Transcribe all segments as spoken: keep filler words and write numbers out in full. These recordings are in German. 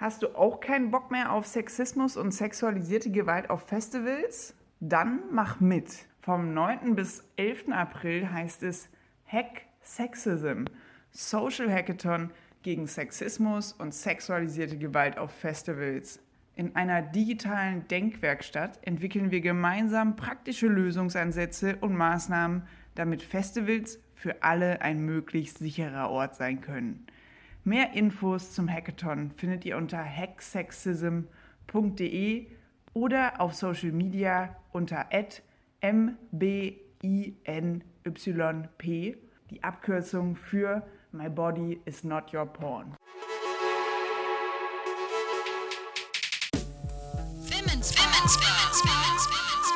Hast du auch keinen Bock mehr auf Sexismus und sexualisierte Gewalt auf Festivals? Dann mach mit. Vom neunten bis elften April heißt es Hack Sexism, Social Hackathon gegen Sexismus und sexualisierte Gewalt auf Festivals. In einer digitalen Denkwerkstatt entwickeln wir gemeinsam praktische Lösungsansätze und Maßnahmen, damit Festivals für alle ein möglichst sicherer Ort sein können. Mehr Infos zum Hackathon findet ihr unter hack sexism punkt de oder auf Social Media unter at m b i n y p, die Abkürzung für My Body is Not Your Porn. Women's Women's Women's Women's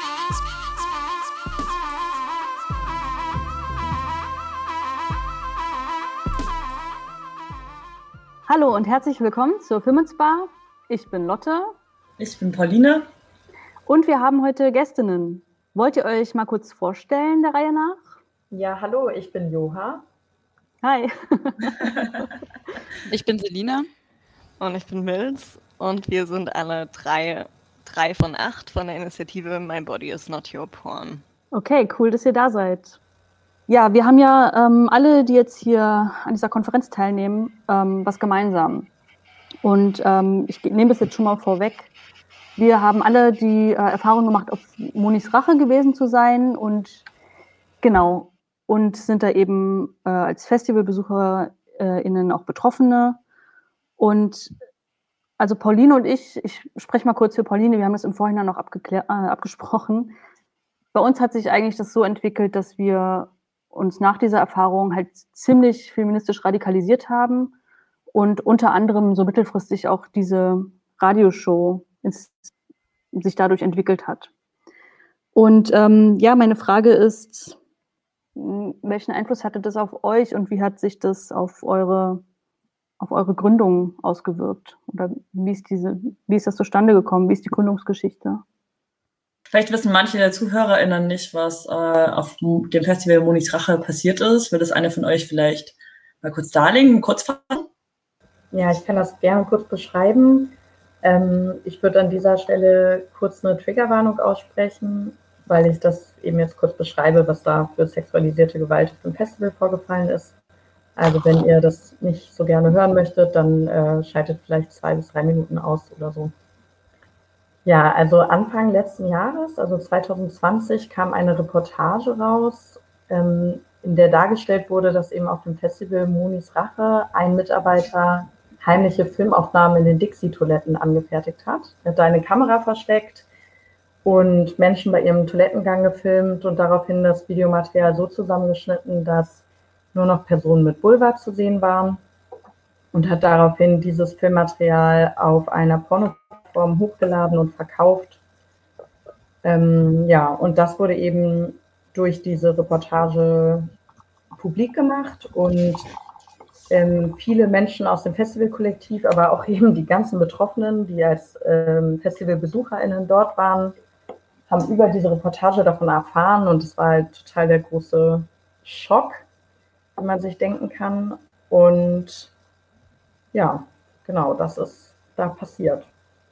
Hallo und herzlich willkommen zur Firmensbar. Ich bin Lotte. Ich bin Pauline. Und wir haben heute Gästinnen. Wollt ihr euch mal kurz vorstellen, der Reihe nach? Ja, hallo, ich bin Joha. Hi. Ich bin Selina. Und ich bin Mills. Und wir sind alle drei, drei von acht von der Initiative My Body is Not Your Porn. Okay, cool, dass ihr da seid. Ja, wir haben ja ähm, alle, die jetzt hier an dieser Konferenz teilnehmen, ähm, was gemeinsam. Und ähm, ich nehme das jetzt schon mal vorweg. Wir haben alle die äh, Erfahrung gemacht, auf Monis Rache gewesen zu sein und genau, und sind da eben äh, als FestivalbesucherInnen auch Betroffene. Und also Pauline und ich, ich spreche mal kurz für Pauline, wir haben das im Vorhinein noch abgeklär, äh, abgesprochen. Bei uns hat sich eigentlich das so entwickelt, dass wir uns nach dieser Erfahrung halt ziemlich feministisch radikalisiert haben und unter anderem so mittelfristig auch diese Radioshow ins, sich dadurch entwickelt hat. Und ähm, ja, meine Frage ist, welchen Einfluss hatte das auf euch und wie hat sich das auf eure, auf eure Gründung ausgewirkt? Oder wie ist, diese, wie ist das zustande gekommen? Wie ist die Gründungsgeschichte? Vielleicht wissen manche der ZuhörerInnen nicht, was äh, auf dem Festival Monis Rache passiert ist. Will das eine von euch vielleicht mal kurz darlegen, kurz fassen? Ja, ich kann das gerne kurz beschreiben. Ähm, ich würde an dieser Stelle kurz eine Triggerwarnung aussprechen, weil ich das eben jetzt kurz beschreibe, was da für sexualisierte Gewalt auf dem Festival vorgefallen ist. Also wenn ihr das nicht so gerne hören möchtet, dann äh, schaltet vielleicht zwei bis drei Minuten aus oder so. Ja, also Anfang letzten Jahres, also zwanzig zwanzig, kam eine Reportage raus, ähm, in der dargestellt wurde, dass eben auf dem Festival Monis Rache ein Mitarbeiter heimliche Filmaufnahmen in den Dixie-Toiletten angefertigt hat. Er hat da eine Kamera versteckt und Menschen bei ihrem Toilettengang gefilmt und daraufhin das Videomaterial so zusammengeschnitten, dass nur noch Personen mit Vulva zu sehen waren und hat daraufhin dieses Filmmaterial auf einer Pornoplattform hochgeladen und verkauft. Ähm, ja, und das wurde eben durch diese Reportage publik gemacht und ähm, viele Menschen aus dem Festivalkollektiv, aber auch eben die ganzen Betroffenen, die als ähm, FestivalbesucherInnen dort waren, haben über diese Reportage davon erfahren und es war halt total der große Schock, wie man sich denken kann. Und ja, genau, das ist da passiert.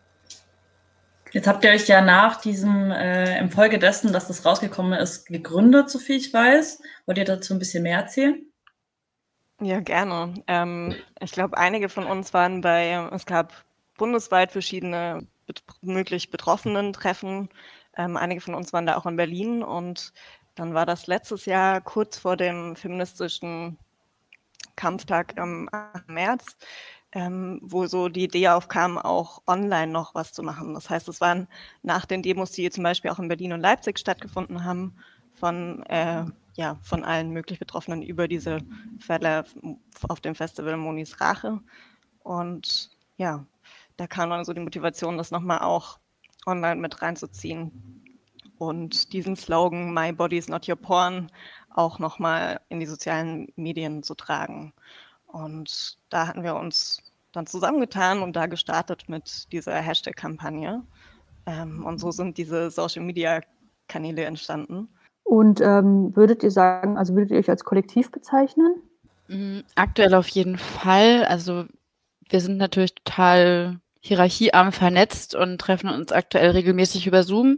Jetzt habt ihr euch ja nach diesem, äh, im Folge dessen, dass das rausgekommen ist, gegründet, so viel ich weiß. Wollt ihr dazu ein bisschen mehr erzählen? Ja, gerne. Ähm, ich glaube, einige von uns waren bei, es gab bundesweit verschiedene bet- möglich Betroffenen-Treffen. Ähm, einige von uns waren da auch in Berlin und dann war das letztes Jahr kurz vor dem feministischen Kampftag am achten März, ähm, wo so die Idee aufkam, auch online noch was zu machen. Das heißt, es waren nach den Demos, die zum Beispiel auch in Berlin und Leipzig stattgefunden haben, von, äh, ja, von allen möglich Betroffenen über diese Fälle auf dem Festival Monis Rache. Und ja, da kam dann so die Motivation, das nochmal auch online mit reinzuziehen und diesen Slogan My Body is Not Your Porn auch nochmal in die sozialen Medien zu tragen. Und da hatten wir uns dann zusammengetan und da gestartet mit dieser Hashtag-Kampagne. Ähm, und so sind diese Social-Media-Kanäle entstanden. Und ähm, würdet ihr sagen, also würdet ihr euch als Kollektiv bezeichnen? Aktuell auf jeden Fall. Also wir sind natürlich total hierarchiearm vernetzt und treffen uns aktuell regelmäßig über Zoom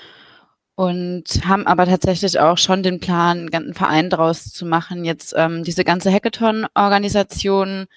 und haben aber tatsächlich auch schon den Plan, einen ganzen Verein draus zu machen. Jetzt ähm, diese ganze Hackathon-Organisation,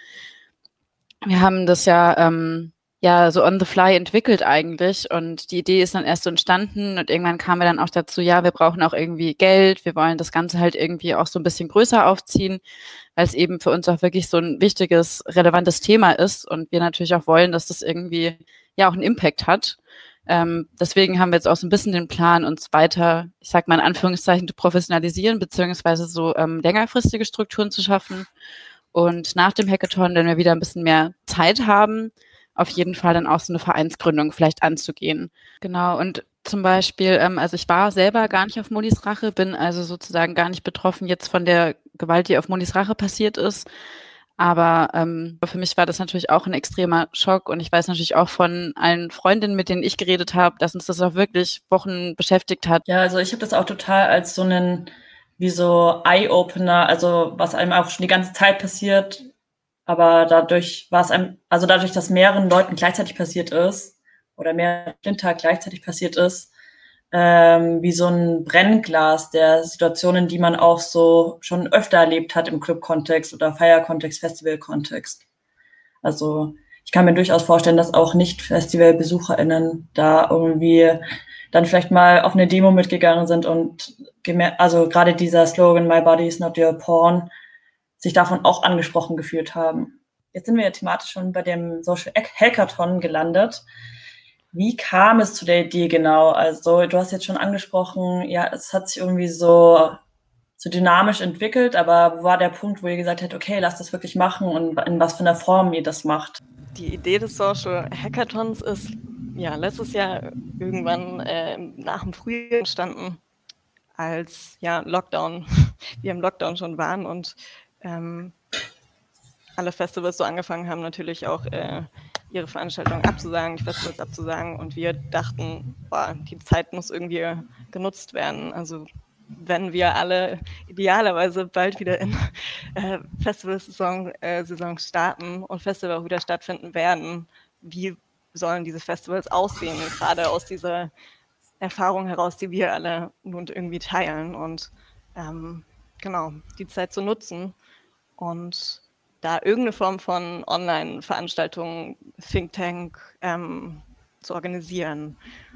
wir haben das ja ähm, ja so on the fly entwickelt eigentlich und die Idee ist dann erst so entstanden und irgendwann kamen wir dann auch dazu, ja, wir brauchen auch irgendwie Geld, wir wollen das Ganze halt irgendwie auch so ein bisschen größer aufziehen, weil es eben für uns auch wirklich so ein wichtiges, relevantes Thema ist und wir natürlich auch wollen, dass das irgendwie ja auch einen Impact hat. Ähm, deswegen haben wir jetzt auch so ein bisschen den Plan, uns weiter, ich sag mal in Anführungszeichen, zu professionalisieren, beziehungsweise so ähm, längerfristige Strukturen zu schaffen. Und nach dem Hackathon, wenn wir wieder ein bisschen mehr Zeit haben, auf jeden Fall dann auch so eine Vereinsgründung vielleicht anzugehen. Genau, und zum Beispiel, ähm, also ich war selber gar nicht auf Monis Rache, bin also sozusagen gar nicht betroffen jetzt von der Gewalt, die auf Monis Rache passiert ist. Aber ähm, für mich war das natürlich auch ein extremer Schock und ich weiß natürlich auch von allen Freundinnen, mit denen ich geredet habe, dass uns das auch wirklich Wochen beschäftigt hat. Ja, also ich habe das auch total als so einen, wie so Eye-Opener, also was einem auch schon die ganze Zeit passiert, aber dadurch war es einem, also dadurch, dass mehreren Leuten gleichzeitig passiert ist oder mehreren Tag gleichzeitig passiert ist, ähm, wie so ein Brennglas der Situationen, die man auch so schon öfter erlebt hat im Club-Kontext oder Feier-Kontext, Festival-Kontext. Also ich kann mir durchaus vorstellen, dass auch Nicht-Festival-BesucherInnen da irgendwie dann vielleicht mal auf eine Demo mitgegangen sind und gemer- also gerade dieser Slogan My Body is not your porn sich davon auch angesprochen gefühlt haben. Jetzt sind wir ja thematisch schon bei dem Social Hackathon gelandet. Wie kam es zu der Idee genau? Also du hast jetzt schon angesprochen, ja, es hat sich irgendwie so, so dynamisch entwickelt, aber wo war der Punkt, wo ihr gesagt habt, okay, lasst das wirklich machen und in was für einer Form ihr das macht? Die Idee des Social Hackathons ist ja letztes Jahr irgendwann äh, nach dem Frühjahr entstanden, als ja Lockdown, wir im Lockdown schon waren und ähm, alle Festivals so angefangen haben, natürlich auch äh, ihre Veranstaltungen abzusagen, die Festivals abzusagen und wir dachten, boah, die Zeit muss irgendwie genutzt werden. Also wenn wir alle idealerweise bald wieder in äh, Festivalsaison äh, Saison starten und Festivals wieder stattfinden werden, wie sollen diese Festivals aussehen, gerade aus dieser Erfahrung heraus, die wir alle nun irgendwie teilen und ähm, genau, die Zeit zu nutzen und da irgendeine Form von Online-Veranstaltungen, Think Tank ähm, zu organisieren.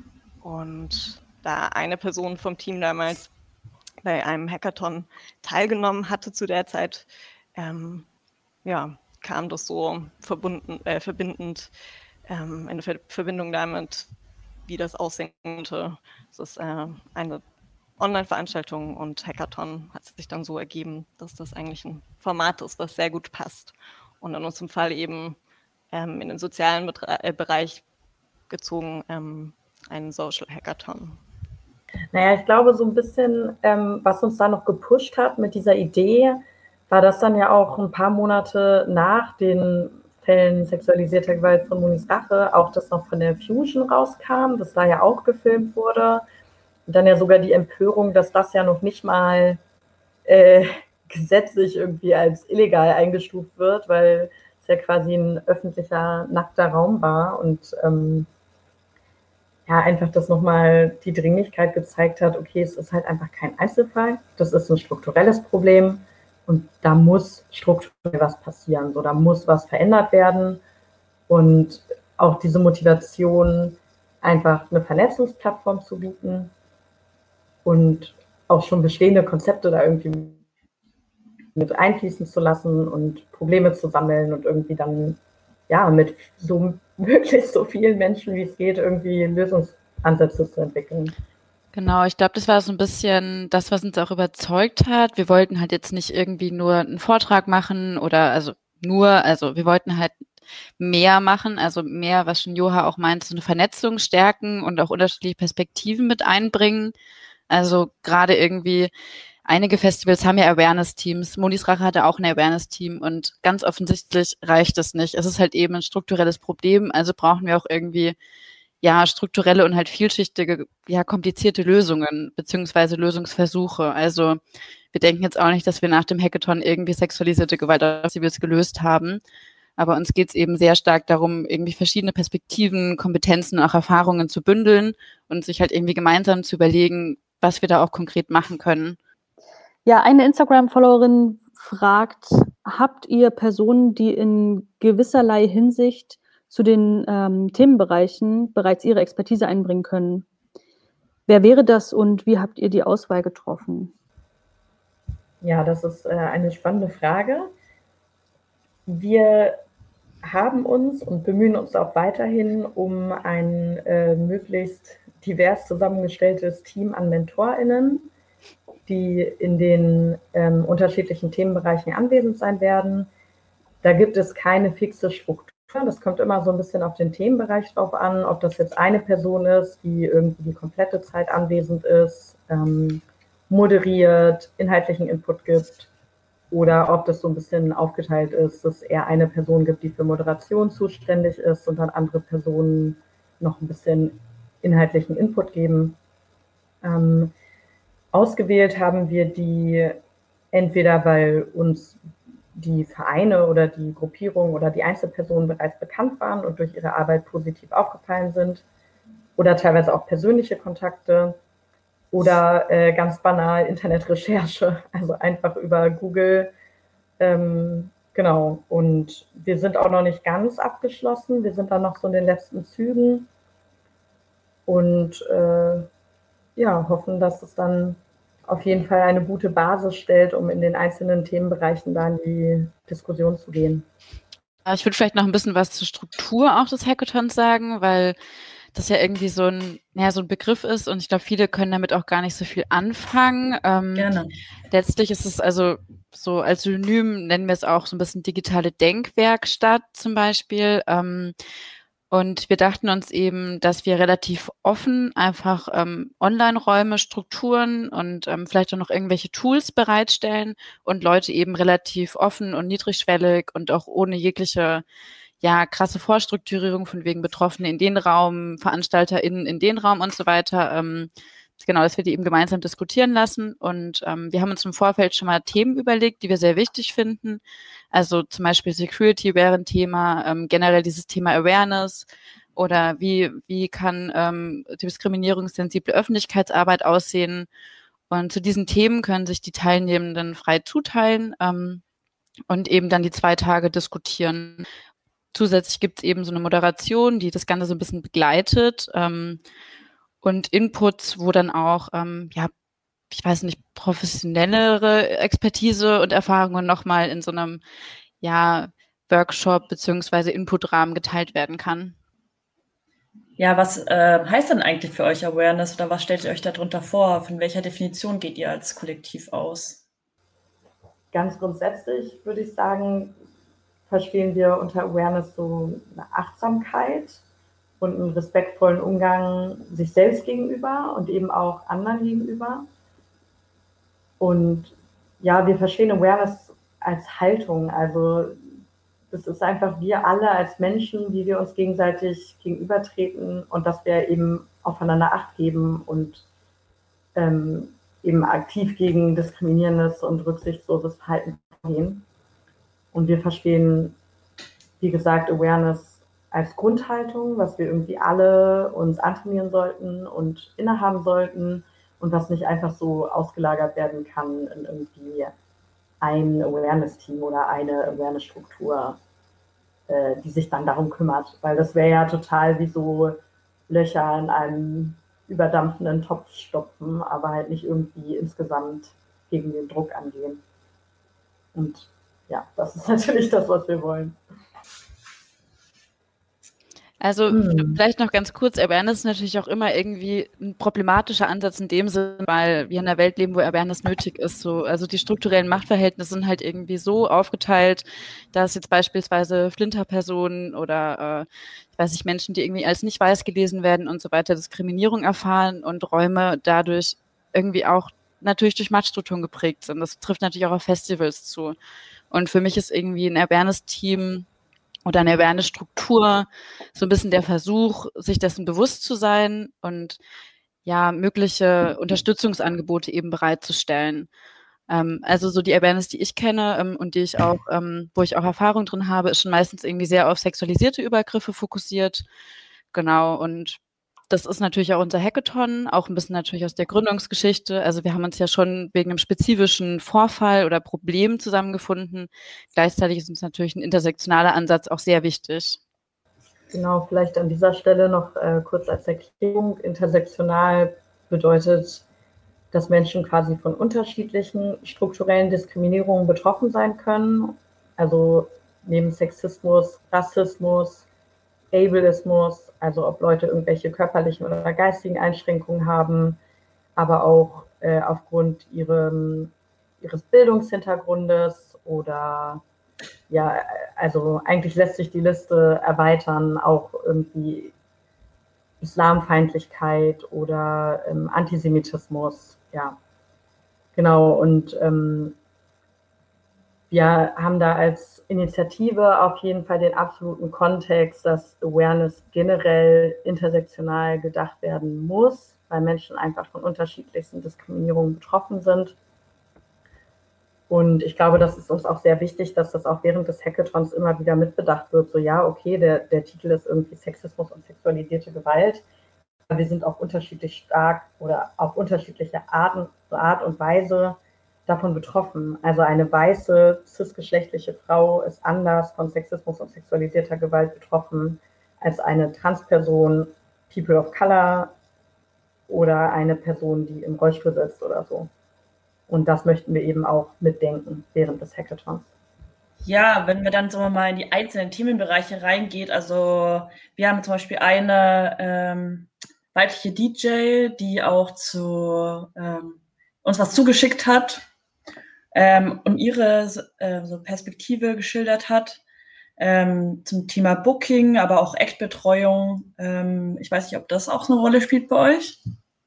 Und da eine Person vom Team damals bei einem Hackathon teilgenommen hatte zu der Zeit, ähm, ja, kam das so verbunden, äh, verbindend ähm, in Ver- Verbindung damit, wie das aussehen könnte. Es ist äh, eine Online-Veranstaltung und Hackathon hat sich dann so ergeben, dass das eigentlich ein Format ist, was sehr gut passt. Und in unserem Fall eben ähm, in den sozialen Betre- äh, Bereich gezogen, ähm, einen Social Hackathon. Naja, ich glaube, so ein bisschen, ähm, was uns da noch gepusht hat mit dieser Idee, war das dann ja auch ein paar Monate nach den Fällen sexualisierter Gewalt von Monis Rache, auch das noch von der Fusion rauskam, das da ja auch gefilmt wurde. Und dann ja sogar die Empörung, dass das ja noch nicht mal äh, gesetzlich irgendwie als illegal eingestuft wird, weil es ja quasi ein öffentlicher, nackter Raum war und ähm, ja, einfach das nochmal die Dringlichkeit gezeigt hat, okay, es ist halt einfach kein Einzelfall, das ist ein strukturelles Problem und da muss strukturell was passieren, so, da muss was verändert werden und auch diese Motivation, einfach eine Vernetzungsplattform zu bieten und auch schon bestehende Konzepte da irgendwie mit einfließen zu lassen und Probleme zu sammeln und irgendwie dann ja mit so möglichst so vielen Menschen, wie es geht, irgendwie Lösungsansätze zu entwickeln. Genau, ich glaube, das war so ein bisschen das, was uns auch überzeugt hat. Wir wollten halt jetzt nicht irgendwie nur einen Vortrag machen oder also nur, also wir wollten halt mehr machen, also mehr, was schon Joha auch meint, so eine Vernetzung stärken und auch unterschiedliche Perspektiven mit einbringen. Also gerade irgendwie, einige Festivals haben ja Awareness-Teams. Monis Rache hatte auch ein Awareness-Team und ganz offensichtlich reicht das nicht. Es ist halt eben ein strukturelles Problem, also brauchen wir auch irgendwie ja strukturelle und halt vielschichtige, ja komplizierte Lösungen beziehungsweise Lösungsversuche. Also wir denken jetzt auch nicht, dass wir nach dem Hackathon irgendwie sexualisierte Gewalt auf Festivals gelöst haben, Aber uns geht es eben sehr stark darum, irgendwie verschiedene Perspektiven, Kompetenzen und auch Erfahrungen zu bündeln und sich halt irgendwie gemeinsam zu überlegen, was wir da auch konkret machen können. Ja, eine Instagram-Followerin fragt, habt ihr Personen, die in gewisserlei Hinsicht zu den ähm, Themenbereichen bereits ihre Expertise einbringen können? Wer wäre das und wie habt ihr die Auswahl getroffen? Ja, das ist äh, eine spannende Frage. Wir haben uns und bemühen uns auch weiterhin um ein äh, möglichst divers zusammengestelltes Team an MentorInnen, die in den ähm, unterschiedlichen Themenbereichen anwesend sein werden. Da gibt es keine fixe Struktur. Das kommt immer so ein bisschen auf den Themenbereich drauf an, ob das jetzt eine Person ist, die irgendwie die komplette Zeit anwesend ist, ähm, moderiert, inhaltlichen Input gibt, oder ob das so ein bisschen aufgeteilt ist, dass es eher eine Person gibt, die für Moderation zuständig ist und dann andere Personen noch ein bisschen inhaltlichen Input geben. Ähm, ausgewählt haben wir die entweder, weil uns die Vereine oder die Gruppierung oder die Einzelpersonen bereits bekannt waren und durch ihre Arbeit positiv aufgefallen sind, oder teilweise auch persönliche Kontakte oder äh, ganz banal Internetrecherche, also einfach über Google. Ähm, genau, und wir sind auch noch nicht ganz abgeschlossen, wir sind da noch so in den letzten Zügen und äh, ja, hoffen, dass es dann auf jeden Fall eine gute Basis stellt, um in den einzelnen Themenbereichen da in die Diskussion zu gehen. Ich würde vielleicht noch ein bisschen was zur Struktur auch des Hackathons sagen, weil das ja irgendwie so ein, ja, so ein Begriff ist und ich glaube, viele können damit auch gar nicht so viel anfangen. Ähm, Gerne. Letztlich ist es also so als Synonym nennen wir es auch so ein bisschen digitale Denkwerkstatt zum Beispiel. Ähm, und wir dachten uns eben, dass wir relativ offen einfach ähm, Online-Räume, Strukturen und ähm, vielleicht auch noch irgendwelche Tools bereitstellen und Leute eben relativ offen und niedrigschwellig und auch ohne jegliche ja, krasse Vorstrukturierung von wegen Betroffene in den Raum, VeranstalterInnen in den Raum und so weiter. Ähm, genau, dass wir die eben gemeinsam diskutieren lassen. Und ähm, wir haben uns im Vorfeld schon mal Themen überlegt, die wir sehr wichtig finden. Also zum Beispiel Security wäre ein Thema, ähm, generell dieses Thema Awareness oder wie, wie kann ähm, diskriminierungssensible Öffentlichkeitsarbeit aussehen. Und zu diesen Themen können sich die Teilnehmenden frei zuteilen ähm, und eben dann die zwei Tage diskutieren. Zusätzlich gibt es eben so eine Moderation, die das Ganze so ein bisschen begleitet ähm, und Inputs, wo dann auch, ähm, ja, ich weiß nicht, professionellere Expertise und Erfahrungen nochmal in so einem, ja, Workshop beziehungsweise Inputrahmen geteilt werden kann. Ja, was äh, heißt denn eigentlich für euch Awareness oder was stellt ihr euch darunter vor? Von welcher Definition geht ihr als Kollektiv aus? Ganz grundsätzlich würde ich sagen, verstehen wir unter Awareness so eine Achtsamkeit und einen respektvollen Umgang sich selbst gegenüber und eben auch anderen gegenüber. Und ja, wir verstehen Awareness als Haltung. Also das ist einfach wir alle als Menschen, wie wir uns gegenseitig gegenübertreten und dass wir eben aufeinander Acht geben und ähm, eben aktiv gegen diskriminierendes und rücksichtsloses Verhalten vorgehen. Und wir verstehen, wie gesagt, Awareness als Grundhaltung, was wir irgendwie alle uns antrainieren sollten und innehaben sollten und was nicht einfach so ausgelagert werden kann in irgendwie ein Awareness-Team oder eine Awareness-Struktur, äh, die sich dann darum kümmert. Weil das wäre ja total wie so Löcher in einem überdampfenden Topf stopfen, aber halt nicht irgendwie insgesamt gegen den Druck angehen. Und ja, das ist natürlich das, was wir wollen. Also hm. vielleicht noch ganz kurz, Awareness ist natürlich auch immer irgendwie ein problematischer Ansatz in dem Sinne, weil wir in einer Welt leben, wo Awareness nötig ist. So, also die strukturellen Machtverhältnisse sind halt irgendwie so aufgeteilt, dass jetzt beispielsweise Flinterpersonen oder äh, ich weiß nicht, Menschen, die irgendwie als nicht weiß gelesen werden und so weiter, Diskriminierung erfahren und Räume dadurch irgendwie auch natürlich durch Machtstrukturen geprägt sind. Das trifft natürlich auch auf Festivals zu. Und für mich ist irgendwie ein Awareness-Team oder eine Awareness-Struktur, so ein bisschen der Versuch, sich dessen bewusst zu sein und ja, mögliche Unterstützungsangebote eben bereitzustellen. Ähm, also so die Awareness, die ich kenne ähm, und die ich auch, ähm, wo ich auch Erfahrung drin habe, ist schon meistens irgendwie sehr auf sexualisierte Übergriffe fokussiert. Genau, und das ist natürlich auch unser Hackathon, auch ein bisschen natürlich aus der Gründungsgeschichte. Also wir haben uns ja schon wegen einem spezifischen Vorfall oder Problem zusammengefunden. Gleichzeitig ist uns natürlich ein intersektionaler Ansatz auch sehr wichtig. Genau, vielleicht an dieser Stelle noch äh, kurz als Erklärung. Intersektional bedeutet, dass Menschen quasi von unterschiedlichen strukturellen Diskriminierungen betroffen sein können. Also neben Sexismus, Rassismus, Ableismus, also ob Leute irgendwelche körperlichen oder geistigen Einschränkungen haben, aber auch äh, aufgrund ihrem, ihres Bildungshintergrundes oder ja, also eigentlich lässt sich die Liste erweitern, auch irgendwie Islamfeindlichkeit oder ähm, Antisemitismus, ja, genau. Und ähm, wir haben da als Initiative auf jeden Fall den absoluten Kontext, dass Awareness generell intersektional gedacht werden muss, weil Menschen einfach von unterschiedlichsten Diskriminierungen betroffen sind. Und ich glaube, das ist uns auch sehr wichtig, dass das auch während des Hackathons immer wieder mitbedacht wird. So, ja, okay, der, der Titel ist irgendwie Sexismus und sexualisierte Gewalt. Aber wir sind auch unterschiedlich stark oder auf unterschiedliche Arten, Art und Weise davon betroffen. Also eine weiße, cisgeschlechtliche Frau ist anders von Sexismus und sexualisierter Gewalt betroffen als eine Transperson, People of Color oder eine Person, die im Rollstuhl sitzt oder so. Und das möchten wir eben auch mitdenken während des Hackathons. Ja, wenn wir dann sagen wir mal in die einzelnen Themenbereiche reingeht, also wir haben zum Beispiel eine ähm, weibliche D J, die auch zu ähm, uns was zugeschickt hat ähm, und ihre äh, so Perspektive geschildert hat ähm, zum Thema Booking, aber auch Act-Betreuung. Ähm, ich weiß nicht, ob das auch eine Rolle spielt bei euch.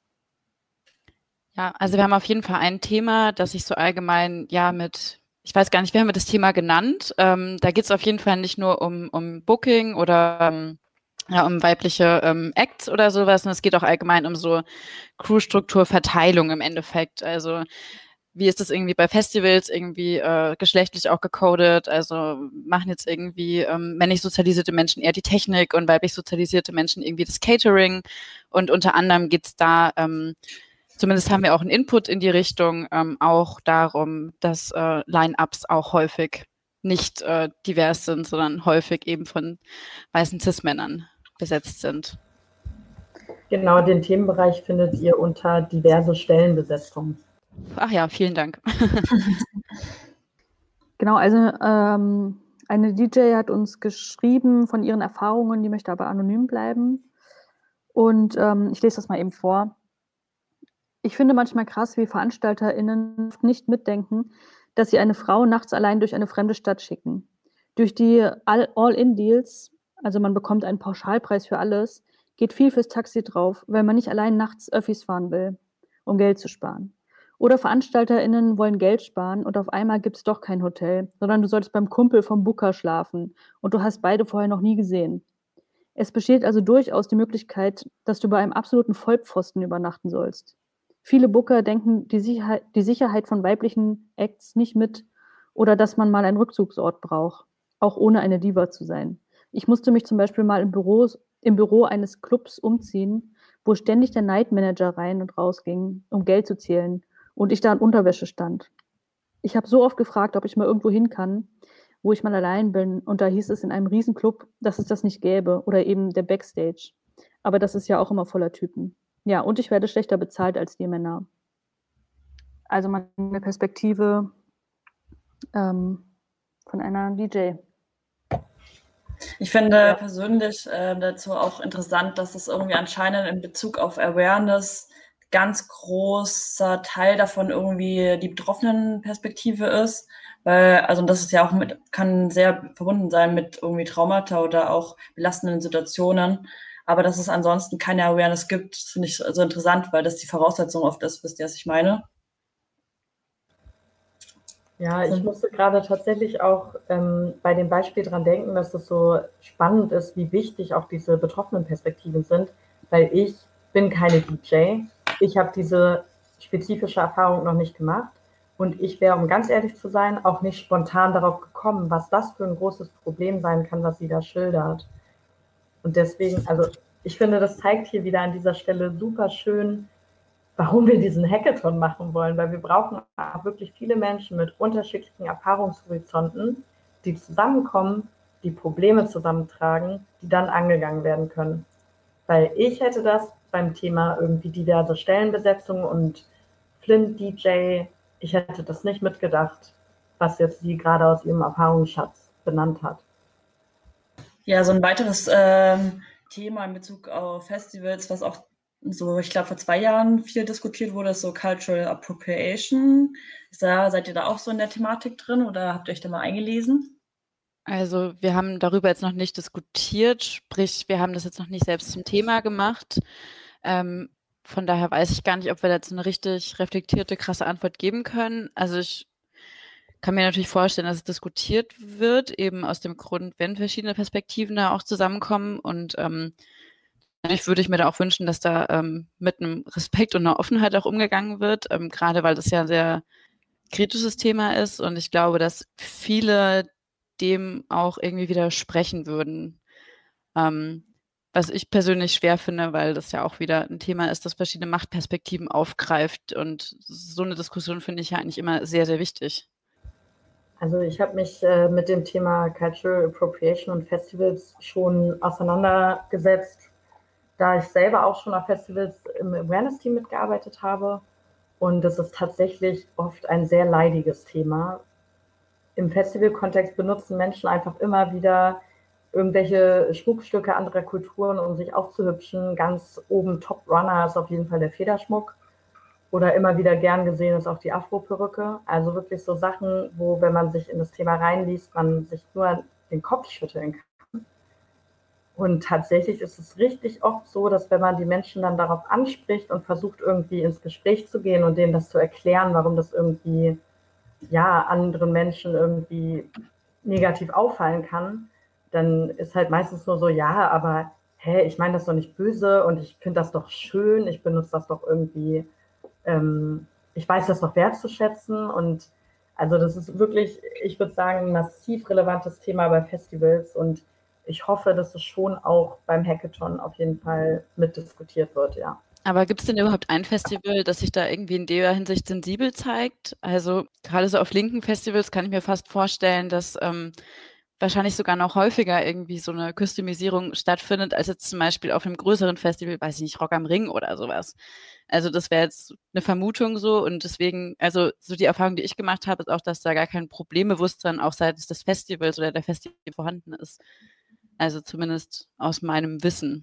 Ja, also wir haben auf jeden Fall ein Thema, das sich so allgemein ja mit, ich weiß gar nicht, wie haben wir das Thema genannt? Ähm, da geht es auf jeden Fall nicht nur um, um Booking oder ähm, ja, um weibliche ähm, Acts oder sowas, sondern es geht auch allgemein um so Crewstruktur, Verteilung im Endeffekt. Also wie ist das irgendwie bei Festivals irgendwie äh, geschlechtlich auch gecodet? Also machen jetzt irgendwie ähm, männlich sozialisierte Menschen eher die Technik und weiblich sozialisierte Menschen irgendwie das Catering. Und unter anderem geht es da ähm, zumindest haben wir auch einen Input in die Richtung, ähm, auch darum, dass äh, Line-Ups auch häufig nicht äh, divers sind, sondern häufig eben von weißen Cis-Männern besetzt sind. Genau, den Themenbereich findet ihr unter diverse Stellenbesetzung. Ach ja, vielen Dank. Genau, also ähm, eine D J hat uns geschrieben von ihren Erfahrungen, die möchte aber anonym bleiben. Und ähm, ich lese das mal eben vor. Ich finde manchmal krass, wie VeranstalterInnen nicht mitdenken, dass sie eine Frau nachts allein durch eine fremde Stadt schicken. Durch die All-In-Deals, also man bekommt einen Pauschalpreis für alles, geht viel fürs Taxi drauf, weil man nicht allein nachts Öffis fahren will, um Geld zu sparen. Oder VeranstalterInnen wollen Geld sparen und auf einmal gibt es doch kein Hotel, sondern du solltest beim Kumpel vom Booker schlafen und du hast beide vorher noch nie gesehen. Es besteht also durchaus die Möglichkeit, dass du bei einem absoluten Vollpfosten übernachten sollst. Viele Booker denken die Sicherheit, die Sicherheit von weiblichen Acts nicht mit oder dass man mal einen Rückzugsort braucht, auch ohne eine Diva zu sein. Ich musste mich zum Beispiel mal im Büro, im Büro eines Clubs umziehen, wo ständig der Nightmanager rein und raus ging, um Geld zu zählen und ich da in Unterwäsche stand. Ich habe so oft gefragt, ob ich mal irgendwo hin kann, wo ich mal allein bin und da hieß es in einem Riesenclub, dass es das nicht gäbe oder eben der Backstage. Aber das ist ja auch immer voller Typen. Ja, und ich werde schlechter bezahlt als die Männer. Also mal eine Perspektive ähm, von einer D J. Ich finde ja. persönlich äh, dazu auch interessant, dass es irgendwie anscheinend in Bezug auf Awareness ganz großer Teil davon irgendwie die Betroffenenperspektive ist, weil, also das ist ja auch mit, kann sehr verbunden sein mit irgendwie Traumata oder auch belastenden Situationen, aber dass es ansonsten keine Awareness gibt, finde ich so interessant, weil das die Voraussetzung oft ist, wisst ihr, was ich meine? Ja, ich musste gerade tatsächlich auch ähm, bei dem Beispiel dran denken, dass es so spannend ist, wie wichtig auch diese betroffenen Perspektiven sind, weil ich bin keine D J, ich habe diese spezifische Erfahrung noch nicht gemacht Und ich wäre, um ganz ehrlich zu sein, auch nicht spontan darauf gekommen, was das für ein großes Problem sein kann, was sie da schildert. Und deswegen, also ich finde, das zeigt hier wieder an dieser Stelle super schön, warum wir diesen Hackathon machen wollen, weil wir brauchen auch wirklich viele Menschen mit unterschiedlichen Erfahrungshorizonten, die zusammenkommen, die Probleme zusammentragen, die dann angegangen werden können. Weil ich hätte das beim Thema irgendwie diverse Stellenbesetzung und Flint D J, ich hätte das nicht mitgedacht, was jetzt sie gerade aus ihrem Erfahrungsschatz benannt hat. Ja, so ein weiteres ähm, Thema in Bezug auf Festivals, was auch so, ich glaube, vor zwei Jahren viel diskutiert wurde, ist so Cultural Appropriation. Ist da, seid ihr da auch so in der Thematik drin oder habt ihr euch da mal eingelesen? Also wir haben darüber jetzt noch nicht diskutiert, sprich, wir haben das jetzt noch nicht selbst zum Thema gemacht. Ähm, von daher weiß ich gar nicht, ob wir da jetzt eine richtig reflektierte, krasse Antwort geben können. Also ich kann mir natürlich vorstellen, dass es diskutiert wird, eben aus dem Grund, wenn verschiedene Perspektiven da auch zusammenkommen. Und ähm, natürlich würde ich mir da auch wünschen, dass da ähm, mit einem Respekt und einer Offenheit auch umgegangen wird, ähm, gerade weil das ja ein sehr kritisches Thema ist. Und ich glaube, dass viele dem auch irgendwie widersprechen würden. Ähm, was ich persönlich schwer finde, weil das ja auch wieder ein Thema ist, das verschiedene Machtperspektiven aufgreift. Und so eine Diskussion finde ich ja eigentlich immer sehr, sehr wichtig. Also ich habe mich äh, mit dem Thema Cultural Appropriation und Festivals schon auseinandergesetzt, da ich selber auch schon auf Festivals im Awareness-Team mitgearbeitet habe. Und das ist tatsächlich oft ein sehr leidiges Thema. Im Festivalkontext benutzen Menschen einfach immer wieder irgendwelche Schmuckstücke anderer Kulturen, um sich aufzuhübschen. Ganz oben Top Runner ist auf jeden Fall der Federschmuck. Oder immer wieder gern gesehen ist auch die Afro-Perücke. Also wirklich so Sachen, wo, wenn man sich in das Thema reinliest, man sich nur den Kopf schütteln kann. Und tatsächlich ist es richtig oft so, dass wenn man die Menschen dann darauf anspricht und versucht, irgendwie ins Gespräch zu gehen und denen das zu erklären, warum das irgendwie, ja, anderen Menschen irgendwie negativ auffallen kann, dann ist halt meistens nur so, ja, aber hä, ich meine das doch nicht böse und ich finde das doch schön, ich benutze das doch irgendwie, ähm, ich weiß das doch wertzuschätzen. Und also das ist wirklich, ich würde sagen, ein massiv relevantes Thema bei Festivals und ich hoffe, dass es schon auch beim Hackathon auf jeden Fall mitdiskutiert wird, ja. Aber gibt es denn überhaupt ein Festival, das sich da irgendwie in der Hinsicht sensibel zeigt? Also gerade so auf linken Festivals kann ich mir fast vorstellen, dass ähm, wahrscheinlich sogar noch häufiger irgendwie so eine Customisierung stattfindet, als jetzt zum Beispiel auf einem größeren Festival, weiß ich nicht, Rock am Ring oder sowas. Also das wäre jetzt eine Vermutung so und deswegen, also so die Erfahrung, die ich gemacht habe, ist auch, dass da gar kein Problembewusstsein auch seitens des Festivals oder der Festival vorhanden ist. Also zumindest aus meinem Wissen.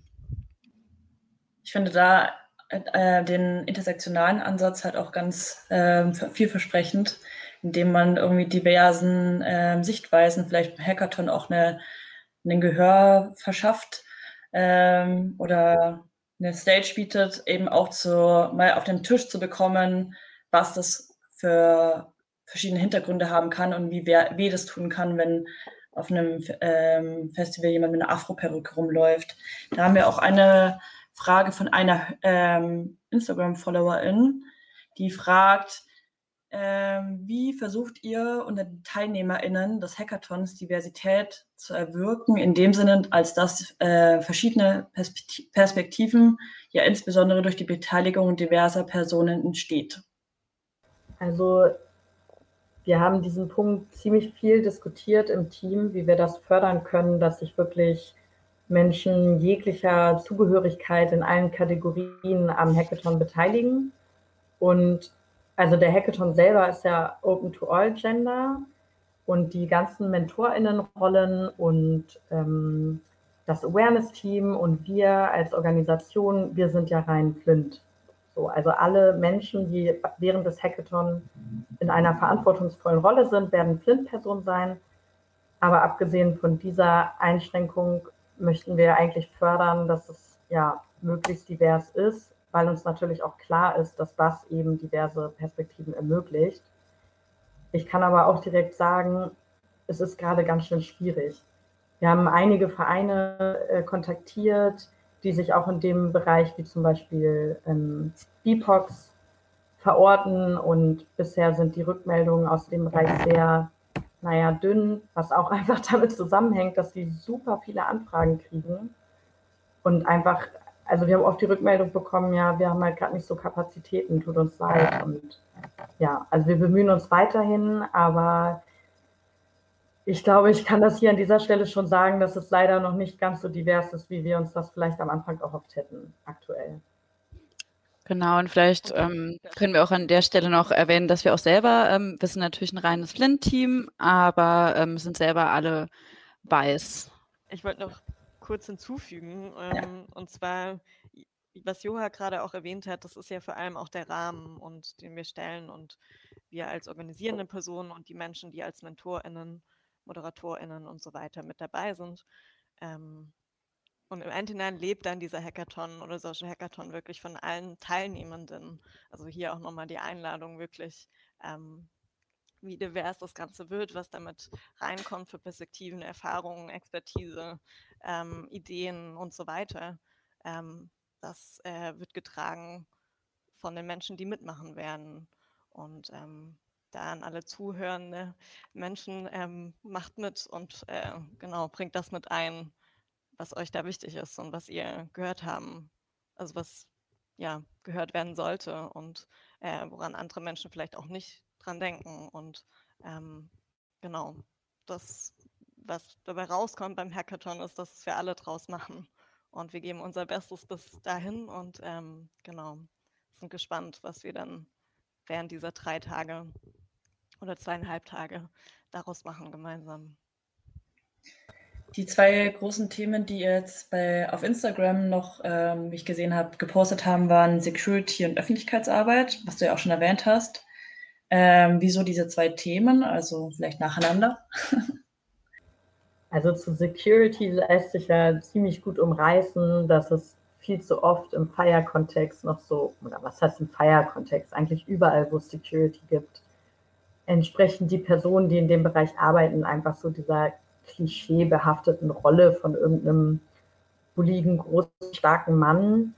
Ich finde da äh, den intersektionalen Ansatz halt auch ganz äh, vielversprechend, indem man irgendwie diversen äh, Sichtweisen, vielleicht im Hackathon auch eine, einen Gehör verschafft ähm, oder eine Stage bietet, eben auch zu, mal auf den Tisch zu bekommen, was das für verschiedene Hintergründe haben kann und wie wer, weh das tun kann, wenn auf einem ähm, Festival jemand mit einer Afro-Perücke rumläuft. Da haben wir auch eine Frage von einer ähm, Instagram-Followerin, die fragt, ähm, wie versucht ihr unter den TeilnehmerInnen des Hackathons Diversität zu erwirken, in dem Sinne, als dass äh, verschiedene Perspektiven ja insbesondere durch die Beteiligung diverser Personen entsteht? Also wir haben diesen Punkt ziemlich viel diskutiert im Team, wie wir das fördern können, dass sich wirklich Menschen jeglicher Zugehörigkeit in allen Kategorien am Hackathon beteiligen. Und also der Hackathon selber ist ja Open to All Gender und die ganzen MentorInnenrollen und ähm, das Awareness-Team und wir als Organisation, wir sind ja rein Flint. So, also alle Menschen, die während des Hackathon in einer verantwortungsvollen Rolle sind, werden Flint-Personen sein. Aber abgesehen von dieser Einschränkung möchten wir eigentlich fördern, dass es ja möglichst divers ist, weil uns natürlich auch klar ist, dass das eben diverse Perspektiven ermöglicht. Ich kann aber auch direkt sagen, es ist gerade ganz schön schwierig. Wir haben einige Vereine äh, kontaktiert, die sich auch in dem Bereich wie zum Beispiel ähm, B I P O X verorten. Und bisher sind die Rückmeldungen aus dem Bereich sehr, naja, dünn, was auch einfach damit zusammenhängt, dass die super viele Anfragen kriegen. Und einfach, also wir haben oft die Rückmeldung bekommen, ja, wir haben halt gerade nicht so Kapazitäten, tut uns leid. Und ja, also wir bemühen uns weiterhin, aber ich glaube, ich kann das hier an dieser Stelle schon sagen, dass es leider noch nicht ganz so divers ist, wie wir uns das vielleicht am Anfang erhofft hätten, aktuell. Genau, und vielleicht ähm, können wir auch an der Stelle noch erwähnen, dass wir auch selber, ähm, wir sind natürlich ein reines Flint-Team, aber ähm, sind selber alle weiß. Ich wollte noch kurz hinzufügen, ähm, und zwar, was Joha gerade auch erwähnt hat, das ist ja vor allem auch der Rahmen, und den wir stellen, und wir als organisierende Personen und die Menschen, die als MentorInnen, ModeratorInnen und so weiter mit dabei sind. Ähm, und im Endeffekt lebt dann dieser Hackathon oder Social Hackathon wirklich von allen Teilnehmenden. Also hier auch nochmal die Einladung wirklich, ähm, wie divers das Ganze wird, was damit reinkommt für Perspektiven, Erfahrungen, Expertise, ähm, Ideen und so weiter. Ähm, das äh, wird getragen von den Menschen, die mitmachen werden. Und ähm, da an alle zuhörende Menschen, ähm, macht mit und äh, genau, bringt das mit ein, was euch da wichtig ist und was ihr gehört haben, also was ja gehört werden sollte und äh, woran andere Menschen vielleicht auch nicht dran denken. Und ähm, genau, das, was dabei rauskommt beim Hackathon, ist, dass wir alle draus machen. Und wir geben unser Bestes bis dahin und ähm, genau, sind gespannt, was wir dann während dieser drei Tage oder zweieinhalb Tage daraus machen gemeinsam. Die zwei großen Themen, die ihr jetzt bei, auf Instagram noch, ähm, wie ich gesehen habe, gepostet haben, waren Security und Öffentlichkeitsarbeit, was du ja auch schon erwähnt hast. Ähm, wieso diese zwei Themen? Also vielleicht nacheinander. Also zu Security lässt sich ja ziemlich gut umreißen, dass es viel zu oft im Fire-Kontext noch so, oder was heißt im Fire-Kontext, eigentlich überall, wo es Security gibt, entsprechen die Personen, die in dem Bereich arbeiten, einfach so dieser klischeebehafteten Rolle von irgendeinem bulligen, großen, starken Mann.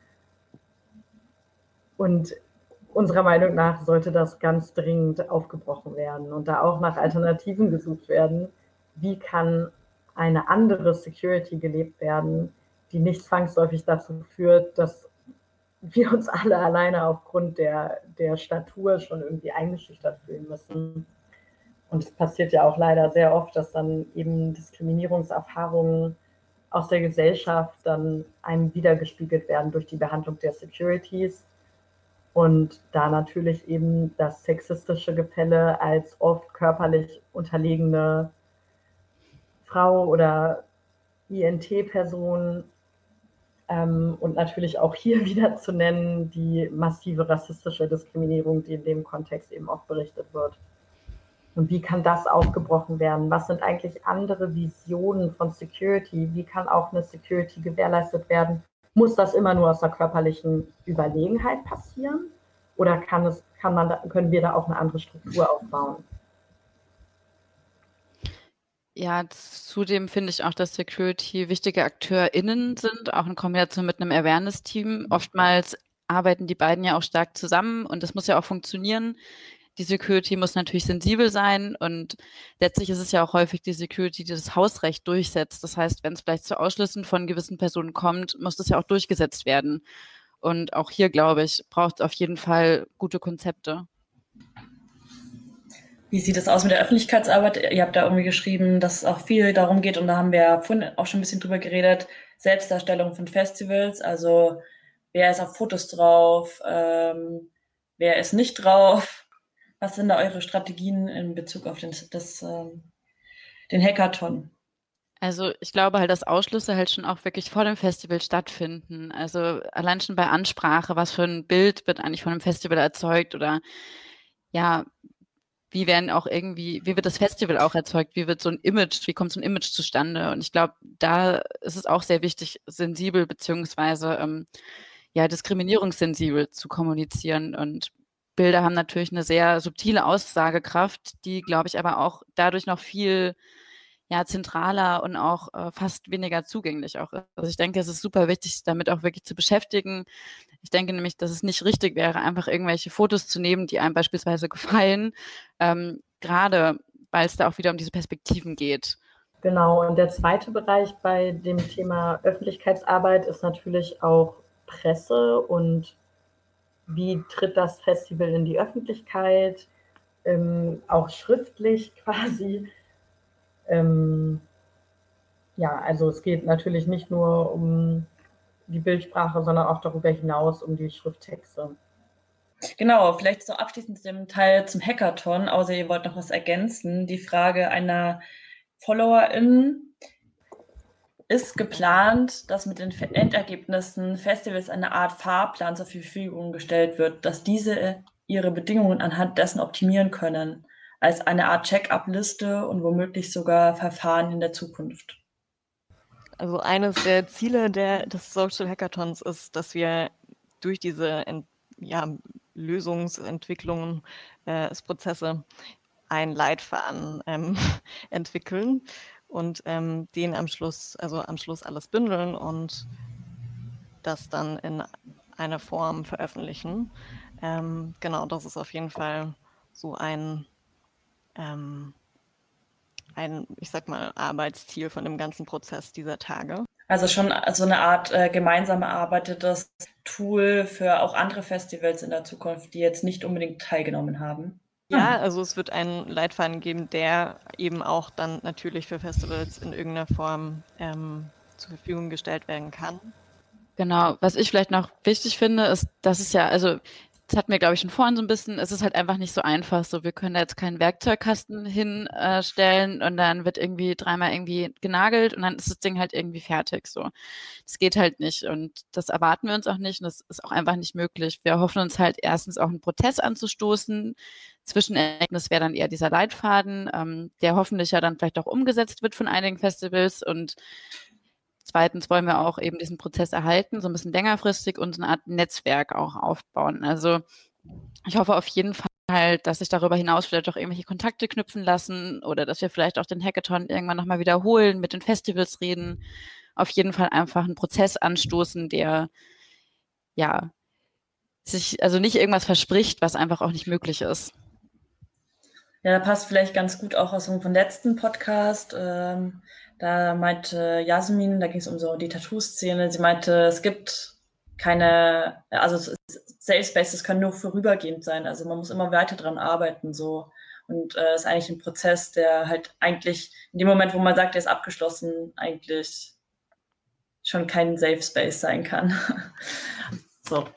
Und unserer Meinung nach sollte das ganz dringend aufgebrochen werden und da auch nach Alternativen gesucht werden. Wie kann eine andere Security gelebt werden, die nicht zwangsläufig dazu führt, dass wir uns alle alleine aufgrund der, der Statur schon irgendwie eingeschüchtert fühlen müssen. Und es passiert ja auch leider sehr oft, dass dann eben Diskriminierungserfahrungen aus der Gesellschaft dann einem wiedergespiegelt werden durch die Behandlung der Securities. Und da natürlich eben das sexistische Gefälle als oft körperlich unterlegene Frau oder I N T-Person ähm, und natürlich auch hier wieder zu nennen die massive rassistische Diskriminierung, die in dem Kontext eben oft berichtet wird. Und wie kann das aufgebrochen werden? Was sind eigentlich andere Visionen von Security? Wie kann auch eine Security gewährleistet werden? Muss das immer nur aus der körperlichen Überlegenheit passieren? Oder kann es, kann man da, können wir da auch eine andere Struktur aufbauen? Ja, zudem finde ich auch, dass Security wichtige AkteurInnen sind, auch in Kombination mit einem Awareness-Team. Oftmals arbeiten die beiden ja auch stark zusammen und das muss ja auch funktionieren. Die Security muss natürlich sensibel sein und letztlich ist es ja auch häufig die Security, die das Hausrecht durchsetzt. Das heißt, wenn es vielleicht zu Ausschlüssen von gewissen Personen kommt, muss das ja auch durchgesetzt werden. Und auch hier, glaube ich, braucht es auf jeden Fall gute Konzepte. Wie sieht es aus mit der Öffentlichkeitsarbeit? Ihr habt da irgendwie geschrieben, dass es auch viel darum geht, und da haben wir ja vorhin auch schon ein bisschen drüber geredet, Selbstdarstellung von Festivals, also wer ist auf Fotos drauf, ähm, wer ist nicht drauf. Was sind da eure Strategien in Bezug auf den, das, ähm, den Hackathon? Also ich glaube halt, dass Ausschlüsse halt schon auch wirklich vor dem Festival stattfinden. Also allein schon bei Ansprache, was für ein Bild wird eigentlich von einem Festival erzeugt oder ja, wie werden auch irgendwie, wie wird das Festival auch erzeugt? Wie wird so ein Image, wie kommt so ein Image zustande? Und ich glaube, da ist es auch sehr wichtig, sensibel beziehungsweise ähm, ja, diskriminierungssensibel zu kommunizieren. Und Bilder haben natürlich eine sehr subtile Aussagekraft, die, glaube ich, aber auch dadurch noch viel ja, zentraler und auch äh, fast weniger zugänglich auch ist. Also ich denke, es ist super wichtig, sich damit auch wirklich zu beschäftigen. Ich denke nämlich, dass es nicht richtig wäre, einfach irgendwelche Fotos zu nehmen, die einem beispielsweise gefallen, ähm, gerade weil es da auch wieder um diese Perspektiven geht. Genau, und der zweite Bereich bei dem Thema Öffentlichkeitsarbeit ist natürlich auch Presse und wie tritt das Festival in die Öffentlichkeit, ähm, auch schriftlich quasi. Ähm, ja, also es geht natürlich nicht nur um die Bildsprache, sondern auch darüber hinaus um die Schrifttexte. Genau, vielleicht so abschließend zu dem Teil zum Hackathon, außer ihr wollt noch was ergänzen. Die Frage einer FollowerInnen: Ist geplant, dass mit den Endergebnissen Festivals eine Art Fahrplan zur Verfügung gestellt wird, dass diese ihre Bedingungen anhand dessen optimieren können, als eine Art Check-up-Liste und womöglich sogar Verfahren in der Zukunft? Also eines der Ziele der, des Social Hackathons ist, dass wir durch diese Ent, ja, Lösungsentwicklungen, äh, Prozesse einen Leitfaden ähm, entwickeln und ähm, den am Schluss, also am Schluss alles bündeln und das dann in einer Form veröffentlichen. Ähm, genau, das ist auf jeden Fall so ein, ähm, ein, ich sag mal, Arbeitsziel von dem ganzen Prozess dieser Tage. Also schon so eine Art äh, gemeinsam erarbeitetes Tool für auch andere Festivals in der Zukunft, die jetzt nicht unbedingt teilgenommen haben. Ja, also es wird einen Leitfaden geben, der eben auch dann natürlich für Festivals in irgendeiner Form ähm, zur Verfügung gestellt werden kann. Genau, was ich vielleicht noch wichtig finde, ist, dass es ja, also das hatten wir, glaube ich, schon vorhin so ein bisschen, es ist halt einfach nicht so einfach. So, wir können da jetzt keinen Werkzeugkasten hinstellen und dann wird irgendwie dreimal irgendwie genagelt und dann ist das Ding halt irgendwie fertig. So, das geht halt nicht und das erwarten wir uns auch nicht und das ist auch einfach nicht möglich. Wir hoffen uns halt erstens auch einen Prozess anzustoßen. Zwischenergebnis wäre dann eher dieser Leitfaden, ähm, der hoffentlich ja dann vielleicht auch umgesetzt wird von einigen Festivals und zweitens wollen wir auch eben diesen Prozess erhalten, so ein bisschen längerfristig und eine Art Netzwerk auch aufbauen. Also ich hoffe auf jeden Fall halt, dass sich darüber hinaus vielleicht auch irgendwelche Kontakte knüpfen lassen oder dass wir vielleicht auch den Hackathon irgendwann nochmal wiederholen, mit den Festivals reden. Auf jeden Fall einfach einen Prozess anstoßen, der ja sich also nicht irgendwas verspricht, was einfach auch nicht möglich ist. Ja, da passt vielleicht ganz gut auch aus unserem letzten Podcast. Ähm, da meinte Jasmin, da ging es um so die Tattoo-Szene, sie meinte, es gibt keine, also Safe Spaces können nur vorübergehend sein. Also man muss immer weiter dran arbeiten. So. Und es äh, ist eigentlich ein Prozess, der halt eigentlich in dem Moment, wo man sagt, der ist abgeschlossen, eigentlich schon kein Safe Space sein kann. So.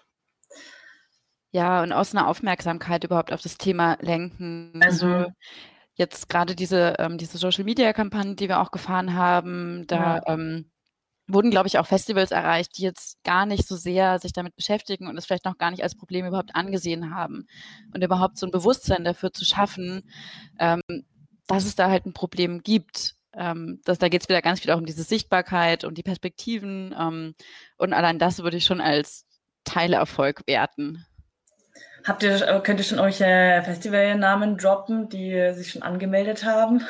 Ja, und aus einer Aufmerksamkeit überhaupt auf das Thema lenken. Also mhm. jetzt gerade diese, ähm, diese Social-Media-Kampagne, die wir auch gefahren haben, da ja. ähm, wurden, glaube ich, auch Festivals erreicht, die jetzt gar nicht so sehr sich damit beschäftigen und es vielleicht noch gar nicht als Problem überhaupt angesehen haben. Und überhaupt so ein Bewusstsein dafür zu schaffen, ähm, dass es da halt ein Problem gibt. Ähm, das, da geht es wieder ganz viel auch um diese Sichtbarkeit und die Perspektiven. Ähm, und allein das würde ich schon als Teilerfolg werten. Habt ihr, könnt ihr schon eure Festivalnamen droppen, die sich schon angemeldet haben?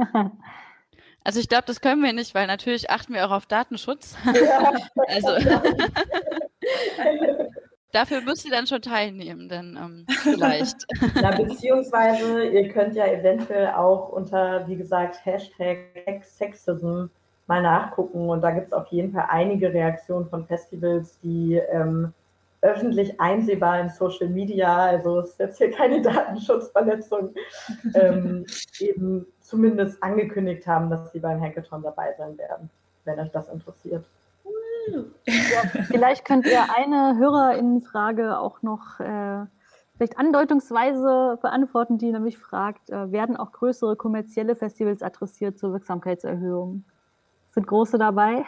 Also ich glaube, das können wir nicht, weil natürlich achten wir auch auf Datenschutz. Ja, also dafür müsst ihr dann schon teilnehmen, denn ähm, vielleicht. Na, beziehungsweise ihr könnt ja eventuell auch unter, wie gesagt, Hashtag Sexism mal nachgucken und da gibt es auf jeden Fall einige Reaktionen von Festivals, die ähm, öffentlich einsehbar in Social Media, also es ist jetzt hier keine Datenschutzverletzung, ähm, eben zumindest angekündigt haben, dass sie beim Hackathon dabei sein werden, wenn euch das interessiert. Ja, vielleicht könnt ihr eine HörerInnenfrage auch noch äh, vielleicht andeutungsweise beantworten, die nämlich fragt, äh, werden auch größere kommerzielle Festivals adressiert zur Wirksamkeitserhöhung? Sind große dabei?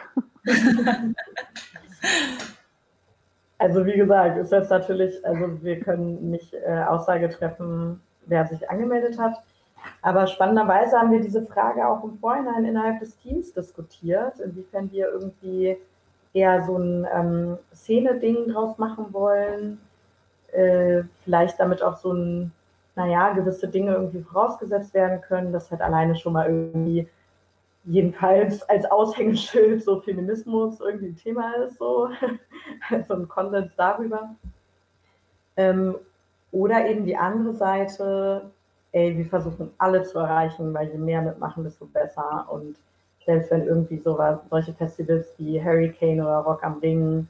Also wie gesagt, ist jetzt natürlich, also wir können nicht äh, Aussage treffen, wer sich angemeldet hat. Aber spannenderweise haben wir diese Frage auch im Vorhinein innerhalb des Teams diskutiert, inwiefern wir irgendwie eher so ein ähm, Szene-Ding draus machen wollen, äh, vielleicht damit auch so ein, naja, gewisse Dinge irgendwie vorausgesetzt werden können, dass halt alleine schon mal irgendwie jedenfalls als Aushängeschild so Feminismus irgendwie ein Thema ist, so, so ein Konsens darüber. Ähm, oder eben die andere Seite, ey, wir versuchen alle zu erreichen, weil je mehr mitmachen, desto besser. Und selbst wenn irgendwie sowas, solche Festivals wie Hurricane oder Rock am Ring,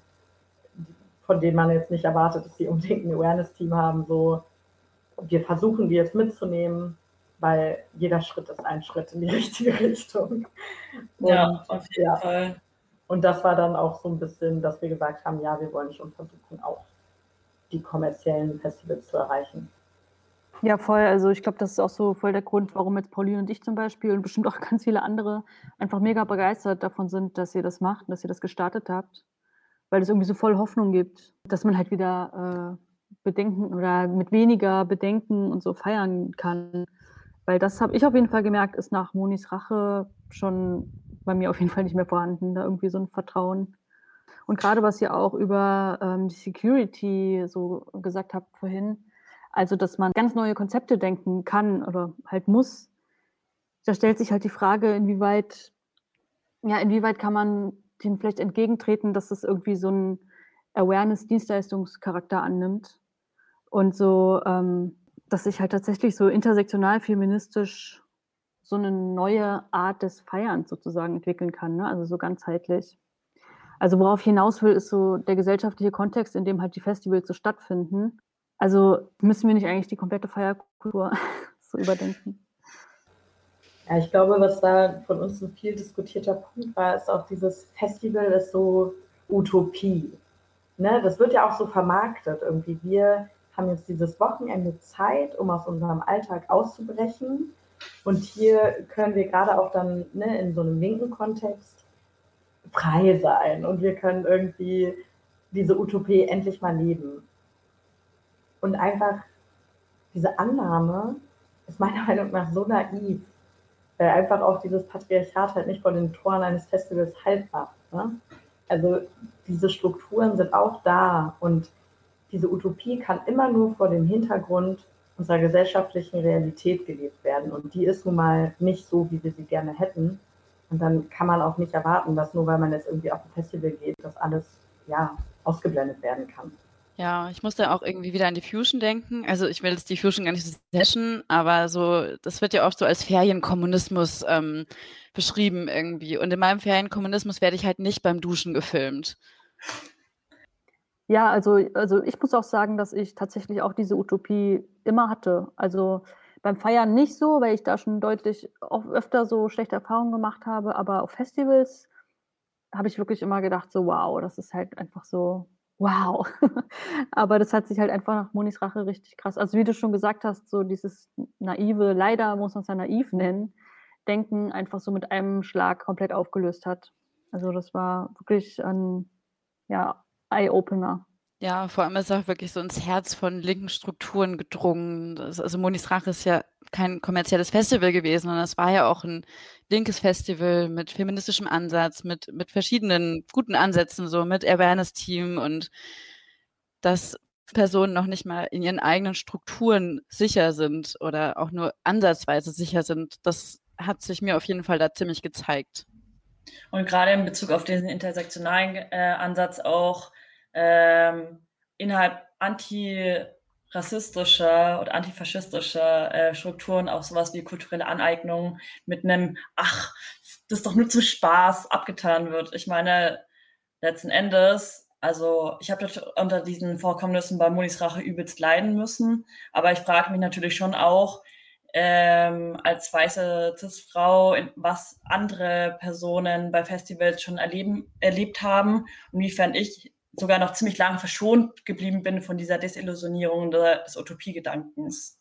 von denen man jetzt nicht erwartet, dass die unbedingt ein Awareness-Team haben, so, wir versuchen die jetzt mitzunehmen, weil jeder Schritt ist ein Schritt in die richtige Richtung. Und, Ja, auf jeden ja. Fall. Und das war dann auch so ein bisschen, dass wir gesagt haben, ja, wir wollen schon versuchen, auch die kommerziellen Festivals zu erreichen. Ja, voll. Also ich glaube, das ist auch so voll der Grund, warum jetzt Pauline und ich zum Beispiel und bestimmt auch ganz viele andere einfach mega begeistert davon sind, dass ihr das macht, dass ihr das gestartet habt, weil es irgendwie so voll Hoffnung gibt, dass man halt wieder äh, Bedenken oder mit weniger Bedenken und so feiern kann. Weil das habe ich auf jeden Fall gemerkt, ist nach Monis Rache schon bei mir auf jeden Fall nicht mehr vorhanden, da irgendwie so ein Vertrauen. Und gerade was ihr auch über ähm, die Security so gesagt habt vorhin, also dass man ganz neue Konzepte denken kann oder halt muss, da stellt sich halt die Frage, inwieweit, ja, inwieweit kann man dem vielleicht entgegentreten, dass es irgendwie so einen Awareness-Dienstleistungscharakter annimmt und so, ähm, dass sich halt tatsächlich so intersektional feministisch so eine neue Art des Feierns sozusagen entwickeln kann, ne? Also so ganzheitlich. Also worauf ich hinaus will, ist so der gesellschaftliche Kontext, in dem halt die Festivals so stattfinden. Also müssen wir nicht eigentlich die komplette Feierkultur so überdenken? Ja, ich glaube, was da von uns ein viel diskutierter Punkt war, ist auch dieses Festival ist so Utopie. Ne? Das wird ja auch so vermarktet irgendwie. Wir haben jetzt dieses Wochenende Zeit, um aus unserem Alltag auszubrechen. Und hier können wir gerade auch dann, ne, in so einem linken Kontext frei sein. Und wir können irgendwie diese Utopie endlich mal leben. Und einfach diese Annahme ist meiner Meinung nach so naiv, weil einfach auch dieses Patriarchat halt nicht vor den Toren eines Festivals Halt macht. Ne? Also diese Strukturen sind auch da und diese Utopie kann immer nur vor dem Hintergrund unserer gesellschaftlichen Realität gelebt werden und die ist nun mal nicht so, wie wir sie gerne hätten. Und dann kann man auch nicht erwarten, dass nur weil man jetzt irgendwie auf ein Festival geht, dass alles ja ausgeblendet werden kann. Ja, ich muss da auch irgendwie wieder an die Fusion denken. Also ich will jetzt die Fusion gar nicht so session, aber so, das wird ja oft so als Ferienkommunismus ähm, beschrieben irgendwie. Und in meinem Ferienkommunismus werde ich halt nicht beim Duschen gefilmt. Ja, also, also ich muss auch sagen, dass ich tatsächlich auch diese Utopie immer hatte. Also beim Feiern nicht so, weil ich da schon deutlich auch öfter so schlechte Erfahrungen gemacht habe, aber auf Festivals habe ich wirklich immer gedacht, so wow, das ist halt einfach so, wow. Aber das hat sich halt einfach nach Monis Rache richtig krass, also wie du schon gesagt hast, so dieses naive, leider muss man es ja naiv nennen, Denken einfach so mit einem Schlag komplett aufgelöst hat. Also das war wirklich ein, ja, Eye-Opener. Ja, vor allem ist es auch wirklich so ins Herz von linken Strukturen gedrungen. Das, also Monis Rache ist ja kein kommerzielles Festival gewesen, sondern es war ja auch ein linkes Festival mit feministischem Ansatz, mit, mit verschiedenen guten Ansätzen, so mit Awareness-Team und dass Personen noch nicht mal in ihren eigenen Strukturen sicher sind oder auch nur ansatzweise sicher sind. Das hat sich mir auf jeden Fall da ziemlich gezeigt. Und gerade in Bezug auf diesen intersektionalen äh, Ansatz auch ähm, innerhalb antirassistischer oder antifaschistischer äh, Strukturen auch sowas wie kulturelle Aneignung mit einem, ach, das ist doch nur zum Spaß abgetan wird. Ich meine, letzten Endes, also ich habe unter diesen Vorkommnissen bei Monis Rache übelst leiden müssen, aber ich frage mich natürlich schon auch, ähm, als weiße Cis-Frau, was andere Personen bei Festivals schon erleben, erlebt haben, inwiefern ich sogar noch ziemlich lange verschont geblieben bin von dieser Desillusionierung des Utopiegedankens.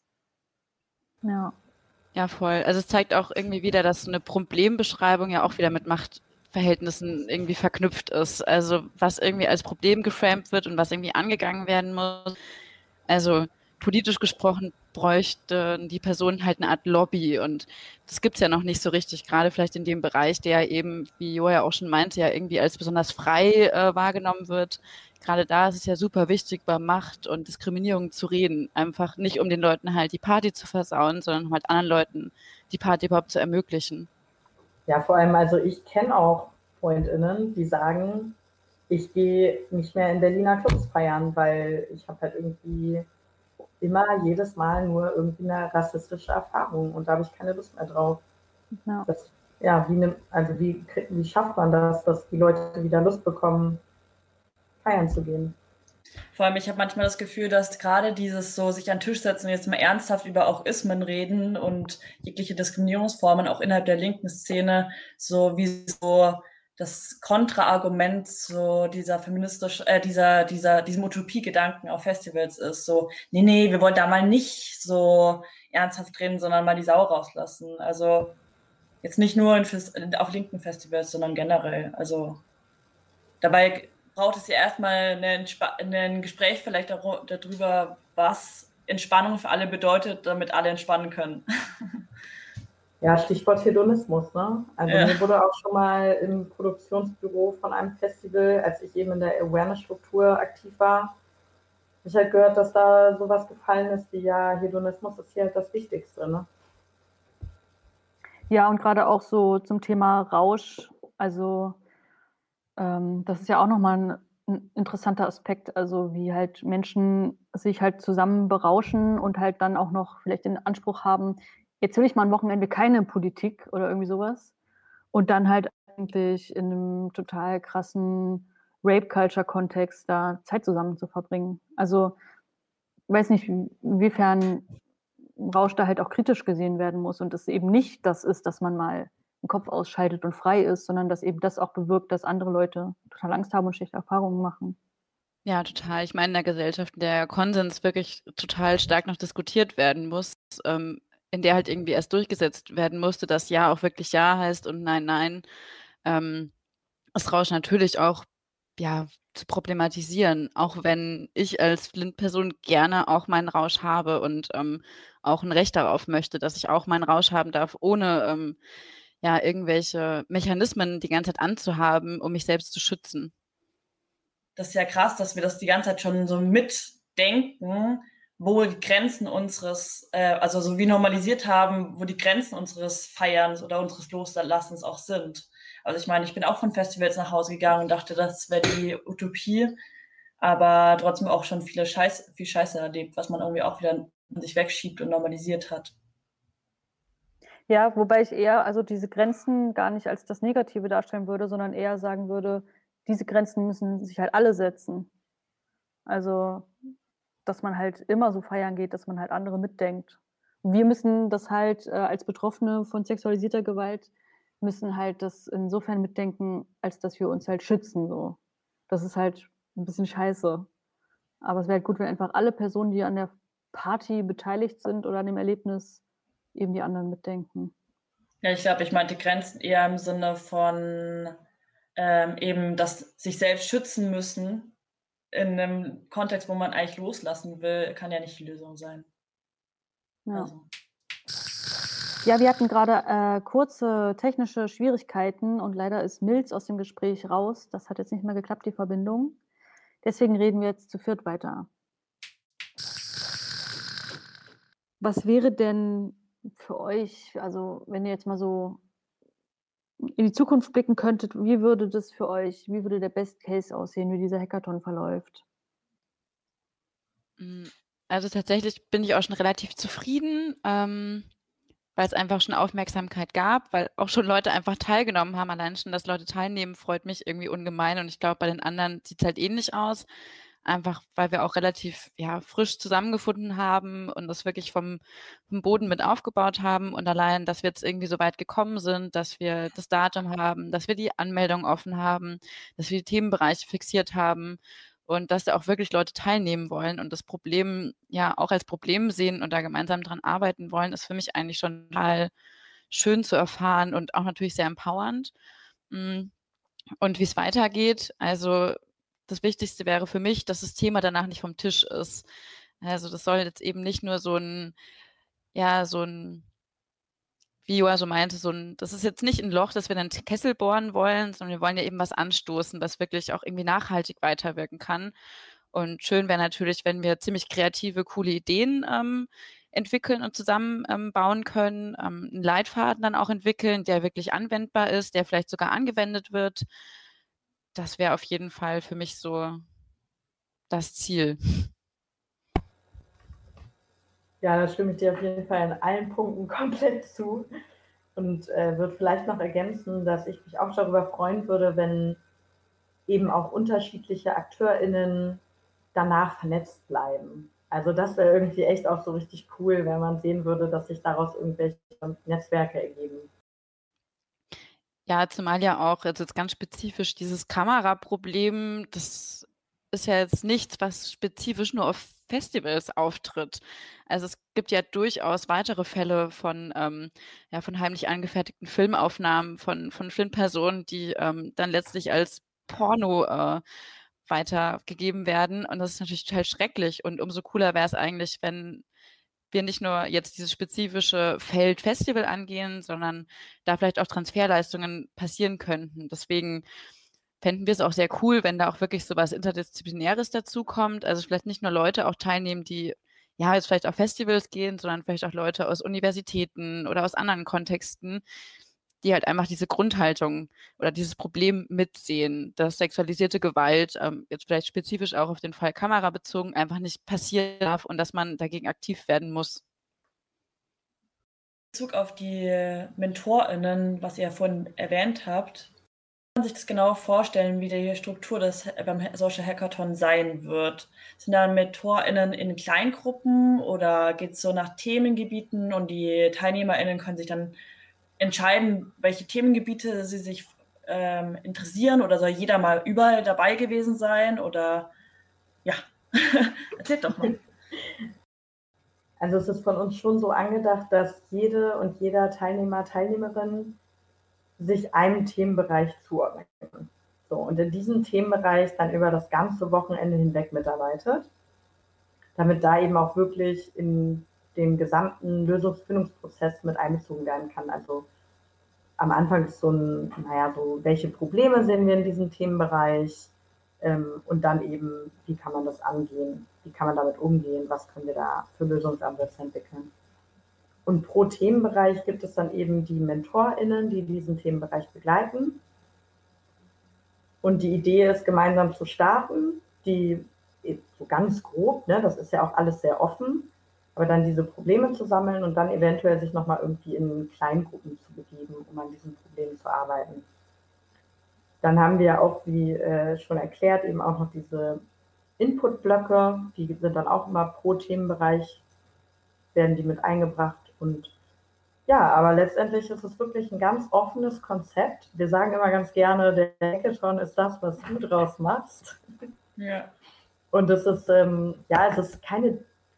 Ja. Ja, voll. Also es zeigt auch irgendwie wieder, dass so eine Problembeschreibung ja auch wieder mit Machtverhältnissen irgendwie verknüpft ist. Also was irgendwie als Problem geframed wird und was irgendwie angegangen werden muss. Also politisch gesprochen bräuchten die Personen halt eine Art Lobby und das gibt's ja noch nicht so richtig, gerade vielleicht in dem Bereich, der eben, wie Jo ja auch schon meinte, ja irgendwie als besonders frei äh, wahrgenommen wird. Gerade da ist es ja super wichtig, über Macht und Diskriminierung zu reden. Einfach nicht, um den Leuten halt die Party zu versauen, sondern um halt anderen Leuten die Party überhaupt zu ermöglichen. Ja, vor allem, also ich kenne auch FreundInnen, die sagen, ich gehe nicht mehr in Berliner Clubs feiern, weil ich habe halt irgendwie immer jedes Mal nur irgendwie eine rassistische Erfahrung und da habe ich keine Lust mehr drauf. Ja. Das, ja, wie, ne, also wie, wie schafft man das, dass die Leute wieder Lust bekommen, feiern zu gehen? Vor allem, ich habe manchmal das Gefühl, dass gerade dieses so sich an den Tisch setzen und jetzt mal ernsthaft über auch Ismen reden und jegliche Diskriminierungsformen auch innerhalb der linken Szene so wie so das Kontraargument so dieser feministisch, äh, dieser, dieser, diesem Utopiegedanken auf Festivals ist. So, nee, nee, wir wollen da mal nicht so ernsthaft reden, sondern mal die Sau rauslassen. Also jetzt nicht nur in, auf linken Festivals, sondern generell. Also dabei braucht es ja erstmal ein Gespräch vielleicht darüber, was Entspannung für alle bedeutet, damit alle entspannen können. Ja, Stichwort Hedonismus, ne? Also Ja. mir wurde auch schon mal im Produktionsbüro von einem Festival, als ich eben in der Awareness-Struktur aktiv war, habe ich halt gehört, dass da sowas gefallen ist wie, ja, Hedonismus ist hier halt das Wichtigste, ne? Ja, und gerade auch so zum Thema Rausch, also ähm, das ist ja auch nochmal ein, ein interessanter Aspekt, also wie halt Menschen sich halt zusammen berauschen und halt dann auch noch vielleicht den Anspruch haben, jetzt will ich mal ein Wochenende keine Politik oder irgendwie sowas und dann halt eigentlich in einem total krassen Rape-Culture-Kontext da Zeit zusammen zu verbringen. Also ich weiß nicht, inwiefern Rausch da halt auch kritisch gesehen werden muss und es eben nicht das ist, dass man mal den Kopf ausschaltet und frei ist, sondern dass eben das auch bewirkt, dass andere Leute total Angst haben und schlechte Erfahrungen machen. Ja, total. Ich meine, in der Gesellschaft, in der Konsens wirklich total stark noch diskutiert werden muss, ähm, in der halt irgendwie erst durchgesetzt werden musste, dass Ja auch wirklich Ja heißt und Nein, Nein, ähm, ist Rausch natürlich auch ja, zu problematisieren, auch wenn ich als Blindperson gerne auch meinen Rausch habe und ähm, auch ein Recht darauf möchte, dass ich auch meinen Rausch haben darf, ohne ähm, ja, irgendwelche Mechanismen die ganze Zeit anzuhaben, um mich selbst zu schützen. Das ist ja krass, dass wir das die ganze Zeit schon so mitdenken, wo die Grenzen unseres, äh, also so wie normalisiert haben, wo die Grenzen unseres Feierns oder unseres Loslassens auch sind. Also ich meine, ich bin auch von Festivals nach Hause gegangen und dachte, das wäre die Utopie, aber trotzdem auch schon viele Scheiß, viel Scheiße erlebt, was man irgendwie auch wieder an sich wegschiebt und normalisiert hat. Ja, wobei ich eher also diese Grenzen gar nicht als das Negative darstellen würde, sondern eher sagen würde, diese Grenzen müssen sich halt alle setzen. Also, dass man halt immer so feiern geht, dass man halt andere mitdenkt. Und wir müssen das halt äh, als Betroffene von sexualisierter Gewalt müssen halt das insofern mitdenken, als dass wir uns halt schützen. So. Das ist halt ein bisschen scheiße. Aber es wäre halt gut, wenn einfach alle Personen, die an der Party beteiligt sind oder an dem Erlebnis, eben die anderen mitdenken. Ja, ich glaube, ich meinte Grenzen eher im Sinne von ähm, eben, dass sich selbst schützen müssen in einem Kontext, wo man eigentlich loslassen will, kann ja nicht die Lösung sein. Ja. Also. Ja, wir hatten gerade äh, kurze technische Schwierigkeiten und leider ist Milz aus dem Gespräch raus. Das hat jetzt nicht mehr geklappt, die Verbindung. Deswegen reden wir jetzt zu viert weiter. Was wäre denn für euch, also wenn ihr jetzt mal so in die Zukunft blicken könntet, wie würde das für euch, wie würde der Best Case aussehen, wie dieser Hackathon verläuft? Also tatsächlich bin ich auch schon relativ zufrieden, ähm, weil es einfach schon Aufmerksamkeit gab, weil auch schon Leute einfach teilgenommen haben. Allein schon, dass Leute teilnehmen, freut mich irgendwie ungemein. Und ich glaube, bei den anderen sieht es halt ähnlich aus. Einfach, weil wir auch relativ ja, frisch zusammengefunden haben und das wirklich vom, vom Boden mit aufgebaut haben. Und allein, dass wir jetzt irgendwie so weit gekommen sind, dass wir das Datum haben, dass wir die Anmeldung offen haben, dass wir die Themenbereiche fixiert haben und dass da auch wirklich Leute teilnehmen wollen und das Problem ja auch als Problem sehen und da gemeinsam dran arbeiten wollen, ist für mich eigentlich schon total schön zu erfahren und auch natürlich sehr empowernd. Und wie es weitergeht, also das Wichtigste wäre für mich, dass das Thema danach nicht vom Tisch ist. Also das soll jetzt eben nicht nur so ein, ja, so ein, wie Joa so meinte, so ein, das ist jetzt nicht ein Loch, das wir in einen Kessel bohren wollen, sondern wir wollen ja eben was anstoßen, was wirklich auch irgendwie nachhaltig weiterwirken kann. Und schön wäre natürlich, wenn wir ziemlich kreative, coole Ideen ähm, entwickeln und zusammen ähm, bauen können, ähm, einen Leitfaden dann auch entwickeln, der wirklich anwendbar ist, der vielleicht sogar angewendet wird. Das wäre auf jeden Fall für mich so das Ziel. Ja, da stimme ich dir auf jeden Fall in allen Punkten komplett zu und äh, würde vielleicht noch ergänzen, dass ich mich auch darüber freuen würde, wenn eben auch unterschiedliche AkteurInnen danach vernetzt bleiben. Also das wäre irgendwie echt auch so richtig cool, wenn man sehen würde, dass sich daraus irgendwelche Netzwerke ergeben. Ja, zumal ja auch jetzt, jetzt ganz spezifisch dieses Kameraproblem, das ist ja jetzt nichts, was spezifisch nur auf Festivals auftritt. Also es gibt ja durchaus weitere Fälle von, ähm, ja, von heimlich angefertigten Filmaufnahmen von, von Filmpersonen, die ähm, dann letztlich als Porno äh, weitergegeben werden. Und das ist natürlich total schrecklich. Und umso cooler wäre es eigentlich, wenn wir nicht nur jetzt dieses spezifische Feld Festival angehen, sondern da vielleicht auch Transferleistungen passieren könnten. Deswegen fänden wir es auch sehr cool, wenn da auch wirklich so was Interdisziplinäres dazukommt. Also vielleicht nicht nur Leute auch teilnehmen, die ja jetzt vielleicht auf Festivals gehen, sondern vielleicht auch Leute aus Universitäten oder aus anderen Kontexten, die halt einfach diese Grundhaltung oder dieses Problem mitsehen, dass sexualisierte Gewalt, ähm, jetzt vielleicht spezifisch auch auf den Fall Kamera bezogen, einfach nicht passieren darf und dass man dagegen aktiv werden muss. In Bezug auf die MentorInnen, was ihr vorhin erwähnt habt, kann man sich das genau vorstellen, wie die Struktur des beim Social Hackathon sein wird. Sind da MentorInnen in Kleingruppen oder geht es so nach Themengebieten und die TeilnehmerInnen können sich dann entscheiden, welche Themengebiete sie sich ähm, interessieren, oder soll jeder mal überall dabei gewesen sein? Oder ja, erzählt doch mal. Also es ist von uns schon so angedacht, dass jede und jeder Teilnehmer, Teilnehmerin sich einem Themenbereich zuordnen kann. So, und in diesem Themenbereich dann über das ganze Wochenende hinweg mitarbeitet, damit da eben auch wirklich in den gesamten Lösungsfindungsprozess mit einbezogen werden kann. Also am Anfang ist so ein, naja, so, welche Probleme sehen wir in diesem Themenbereich ähm, und dann eben, wie kann man das angehen, wie kann man damit umgehen, was können wir da für Lösungsansätze entwickeln. Und pro Themenbereich gibt es dann eben die MentorInnen, die diesen Themenbereich begleiten. Und die Idee ist, gemeinsam zu starten, die so ganz grob, ne, das ist ja auch alles sehr offen, aber dann diese Probleme zu sammeln und dann eventuell sich nochmal irgendwie in Kleingruppen zu begeben, um an diesen Problemen zu arbeiten. Dann haben wir auch, wie äh, schon erklärt, eben auch noch diese Input-Blöcke, die sind dann auch immer pro Themenbereich, werden die mit eingebracht. Und ja, aber letztendlich ist es wirklich ein ganz offenes Konzept. Wir sagen immer ganz gerne, der Hackathon ist das, was du draus machst. Ja. Und es ist, ähm, ja, es ist keine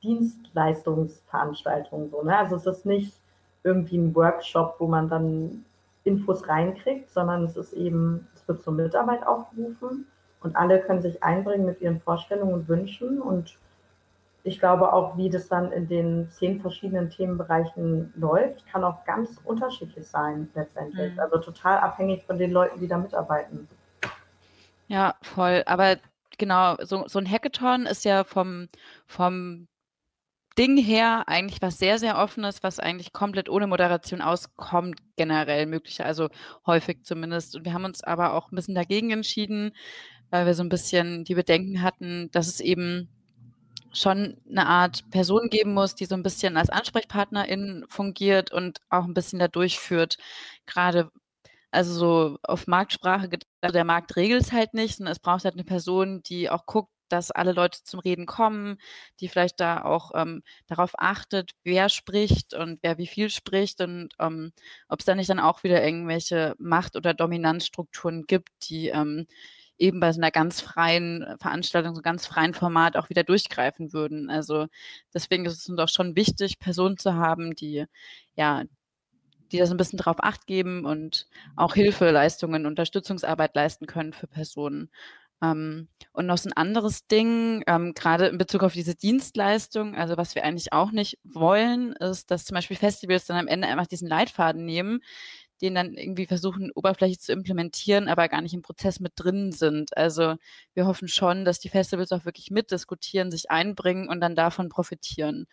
Dienstleistungsveranstaltung, so, ne? Also es ist nicht irgendwie ein Workshop, wo man dann Infos reinkriegt, sondern es ist eben, es wird zur Mitarbeit aufgerufen und alle können sich einbringen mit ihren Vorstellungen und Wünschen. Und ich glaube auch, wie das dann in den zehn verschiedenen Themenbereichen läuft, kann auch ganz unterschiedlich sein letztendlich. Mhm. Also total abhängig von den Leuten, die da mitarbeiten. Ja, voll. Aber genau, so, so ein Hackathon ist ja vom, vom Ding her eigentlich was sehr, sehr Offenes, was eigentlich komplett ohne Moderation auskommt, generell möglich, also häufig zumindest. Und wir haben uns aber auch ein bisschen dagegen entschieden, weil wir so ein bisschen die Bedenken hatten, dass es eben schon eine Art Person geben muss, die so ein bisschen als Ansprechpartnerin fungiert und auch ein bisschen da durchführt. Gerade, also so auf Marktsprache, also der Markt regelt es halt nicht, sondern es braucht halt eine Person, die auch guckt, dass alle Leute zum Reden kommen, die vielleicht da auch ähm, darauf achtet, wer spricht und wer wie viel spricht und ähm, ob es da nicht dann auch wieder irgendwelche Macht- oder Dominanzstrukturen gibt, die ähm, eben bei so einer ganz freien Veranstaltung, so ganz freien Format auch wieder durchgreifen würden. Also deswegen ist es uns auch schon wichtig, Personen zu haben, die ja, die das ein bisschen drauf Acht geben und auch Hilfeleistungen, Unterstützungsarbeit leisten können für Personen. Ähm, und noch so ein anderes Ding, ähm, gerade in Bezug auf diese Dienstleistung, also was wir eigentlich auch nicht wollen, ist, dass zum Beispiel Festivals dann am Ende einfach diesen Leitfaden nehmen, den dann irgendwie versuchen, oberflächlich zu implementieren, aber gar nicht im Prozess mit drin sind. Also wir hoffen schon, dass die Festivals auch wirklich mitdiskutieren, sich einbringen und dann davon profitieren.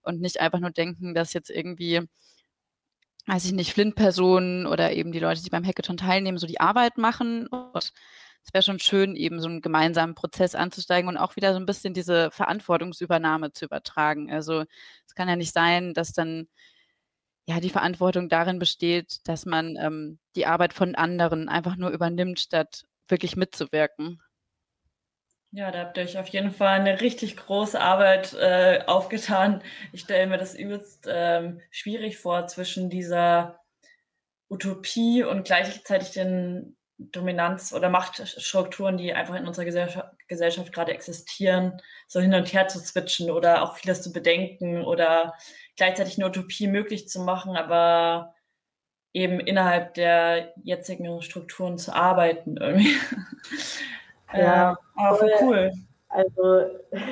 und nicht einfach nur denken, dass jetzt irgendwie, weiß ich nicht, Flint-Personen oder eben die Leute, die beim Hackathon teilnehmen, so die Arbeit machen. Und es wäre schon schön, eben so einen gemeinsamen Prozess anzusteigen und auch wieder so ein bisschen diese Verantwortungsübernahme zu übertragen. Also es kann ja nicht sein, dass dann ja die Verantwortung darin besteht, dass man ähm, die Arbeit von anderen einfach nur übernimmt, statt wirklich mitzuwirken. Ja, da habt ihr euch auf jeden Fall eine richtig große Arbeit äh, aufgetan. Ich stelle mir das übelst ähm, schwierig vor, zwischen dieser Utopie und gleichzeitig den Dominanz- oder Machtstrukturen, die einfach in unserer Gesellschaft, Gesellschaft gerade existieren, so hin und her zu switchen oder auch vieles zu bedenken oder gleichzeitig eine Utopie möglich zu machen, aber eben innerhalb der jetzigen Strukturen zu arbeiten irgendwie. Ja, äh, aber voll. cool. Also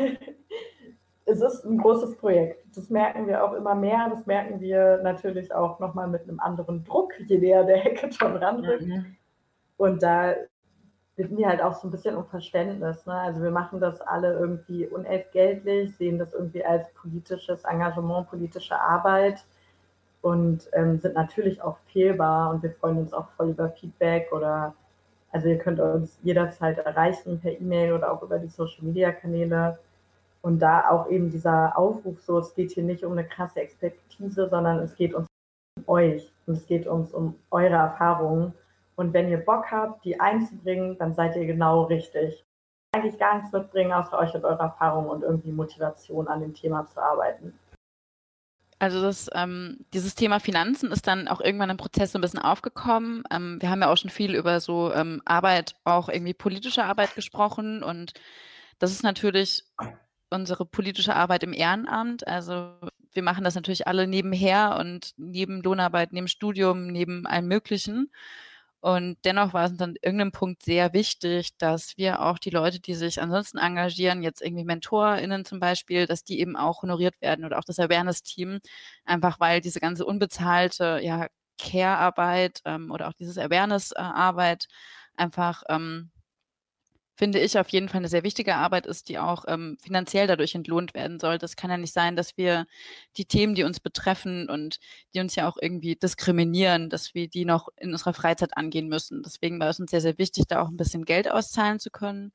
es ist ein großes Projekt. Das merken wir auch immer mehr. Das merken wir natürlich auch nochmal mit einem anderen Druck, je näher der Hackathon ranrückt. Mhm. Und da bitten wir halt auch so ein bisschen um Verständnis. Ne? Also wir machen das alle irgendwie unentgeltlich, sehen das irgendwie als politisches Engagement, politische Arbeit und ähm, sind natürlich auch fehlbar. Und wir freuen uns auch voll über Feedback oder also ihr könnt uns jederzeit erreichen per E-Mail oder auch über die Social-Media-Kanäle. Und da auch eben dieser Aufruf so, es geht hier nicht um eine krasse Expertise, sondern es geht uns um euch und es geht uns um eure Erfahrungen. Und wenn ihr Bock habt, die einzubringen, dann seid ihr genau richtig. Eigentlich gar nichts mitbringen, außer euch und eure Erfahrungen und irgendwie Motivation an dem Thema zu arbeiten. Also das, ähm, dieses Thema Finanzen ist dann auch irgendwann im Prozess so ein bisschen aufgekommen. Ähm, wir haben ja auch schon viel über so ähm, Arbeit, auch irgendwie politische Arbeit gesprochen und das ist natürlich unsere politische Arbeit im Ehrenamt. Also wir machen das natürlich alle nebenher und neben Lohnarbeit, neben Studium, neben allem Möglichen. Und dennoch war es uns an irgendeinem Punkt sehr wichtig, dass wir auch die Leute, die sich ansonsten engagieren, jetzt irgendwie MentorInnen zum Beispiel, dass die eben auch honoriert werden oder auch das Awareness-Team, einfach weil diese ganze unbezahlte ja, Care-Arbeit ähm, oder auch dieses Awareness-Arbeit einfach ähm, finde ich auf jeden Fall eine sehr wichtige Arbeit ist, die auch ähm, finanziell dadurch entlohnt werden soll. Das kann ja nicht sein, dass wir die Themen, die uns betreffen und die uns ja auch irgendwie diskriminieren, dass wir die noch in unserer Freizeit angehen müssen. Deswegen war es uns sehr, sehr wichtig, da auch ein bisschen Geld auszahlen zu können.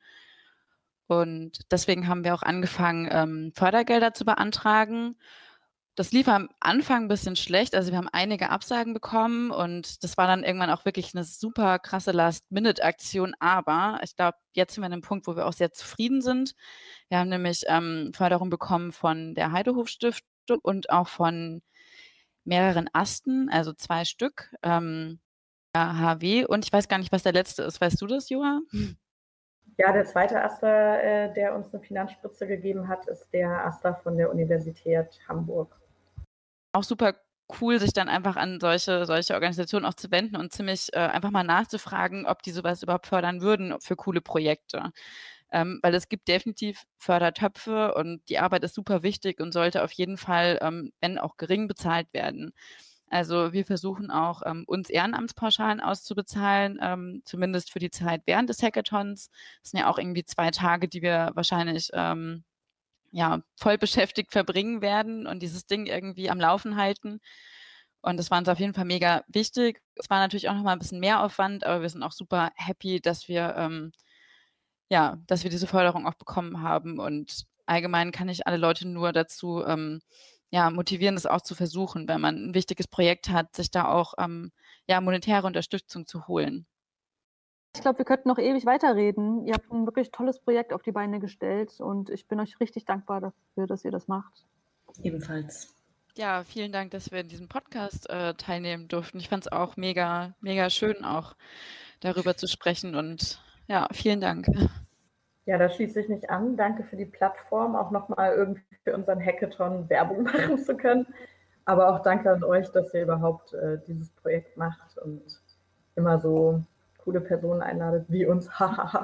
Und deswegen haben wir auch angefangen, ähm, Fördergelder zu beantragen. Das lief am Anfang ein bisschen schlecht. Also wir haben einige Absagen bekommen und das war dann irgendwann auch wirklich eine super krasse Last-Minute-Aktion. Aber ich glaube, jetzt sind wir an einem Punkt, wo wir auch sehr zufrieden sind. Wir haben nämlich ähm, Förderung bekommen von der Heidehof-Stiftung und auch von mehreren Asten, also zwei Stück, ähm, H W. Und ich weiß gar nicht, was der letzte ist. Weißt du das, Joa? Ja, der zweite Aster, äh, der uns eine Finanzspritze gegeben hat, ist der Aster von der Universität Hamburg. Auch super cool, sich dann einfach an solche, solche Organisationen auch zu wenden und ziemlich äh, einfach mal nachzufragen, ob die sowas überhaupt fördern würden für coole Projekte. Ähm, weil es gibt definitiv Fördertöpfe und die Arbeit ist super wichtig und sollte auf jeden Fall, ähm, wenn auch gering, bezahlt werden. Also wir versuchen auch, ähm, uns Ehrenamtspauschalen auszubezahlen, ähm, zumindest für die Zeit während des Hackathons. Das sind ja auch irgendwie zwei Tage, die wir wahrscheinlich ähm, ja, voll beschäftigt verbringen werden und dieses Ding irgendwie am Laufen halten. Und das war uns auf jeden Fall mega wichtig. Es war natürlich auch noch mal ein bisschen mehr Aufwand, aber wir sind auch super happy, dass wir ähm, ja, dass wir diese Förderung auch bekommen haben. Und allgemein kann ich alle Leute nur dazu ähm, ja, motivieren, das auch zu versuchen, wenn man ein wichtiges Projekt hat, sich da auch ähm, ja, monetäre Unterstützung zu holen. Ich glaube, wir könnten noch ewig weiterreden. Ihr habt ein wirklich tolles Projekt auf die Beine gestellt und ich bin euch richtig dankbar dafür, dass ihr das macht. Ebenfalls. Ja, vielen Dank, dass wir in diesem Podcast äh, teilnehmen durften. Ich fand es auch mega, mega schön, auch darüber zu sprechen. Und ja, vielen Dank. Ja, da schließe ich mich an. Danke für die Plattform, auch nochmal irgendwie für unseren Hackathon Werbung machen zu können. Aber auch danke an euch, dass ihr überhaupt äh, dieses Projekt macht und immer so coole Personen einladet, wie uns. Hahaha.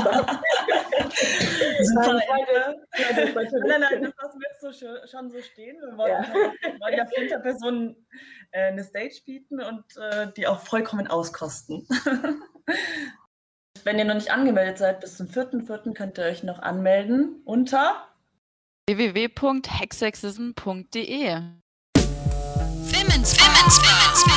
Super, nein, nein, das lassen wir jetzt so schon, schon so stehen. Wir wollen ja, wir wollen ja Flinter-Personen äh, eine Stage bieten und äh, die auch vollkommen auskosten. Wenn ihr noch nicht angemeldet seid, bis zum vierten vierten könnt ihr euch noch anmelden unter w w w punkt hacksexism punkt d e. Women's Women's Women's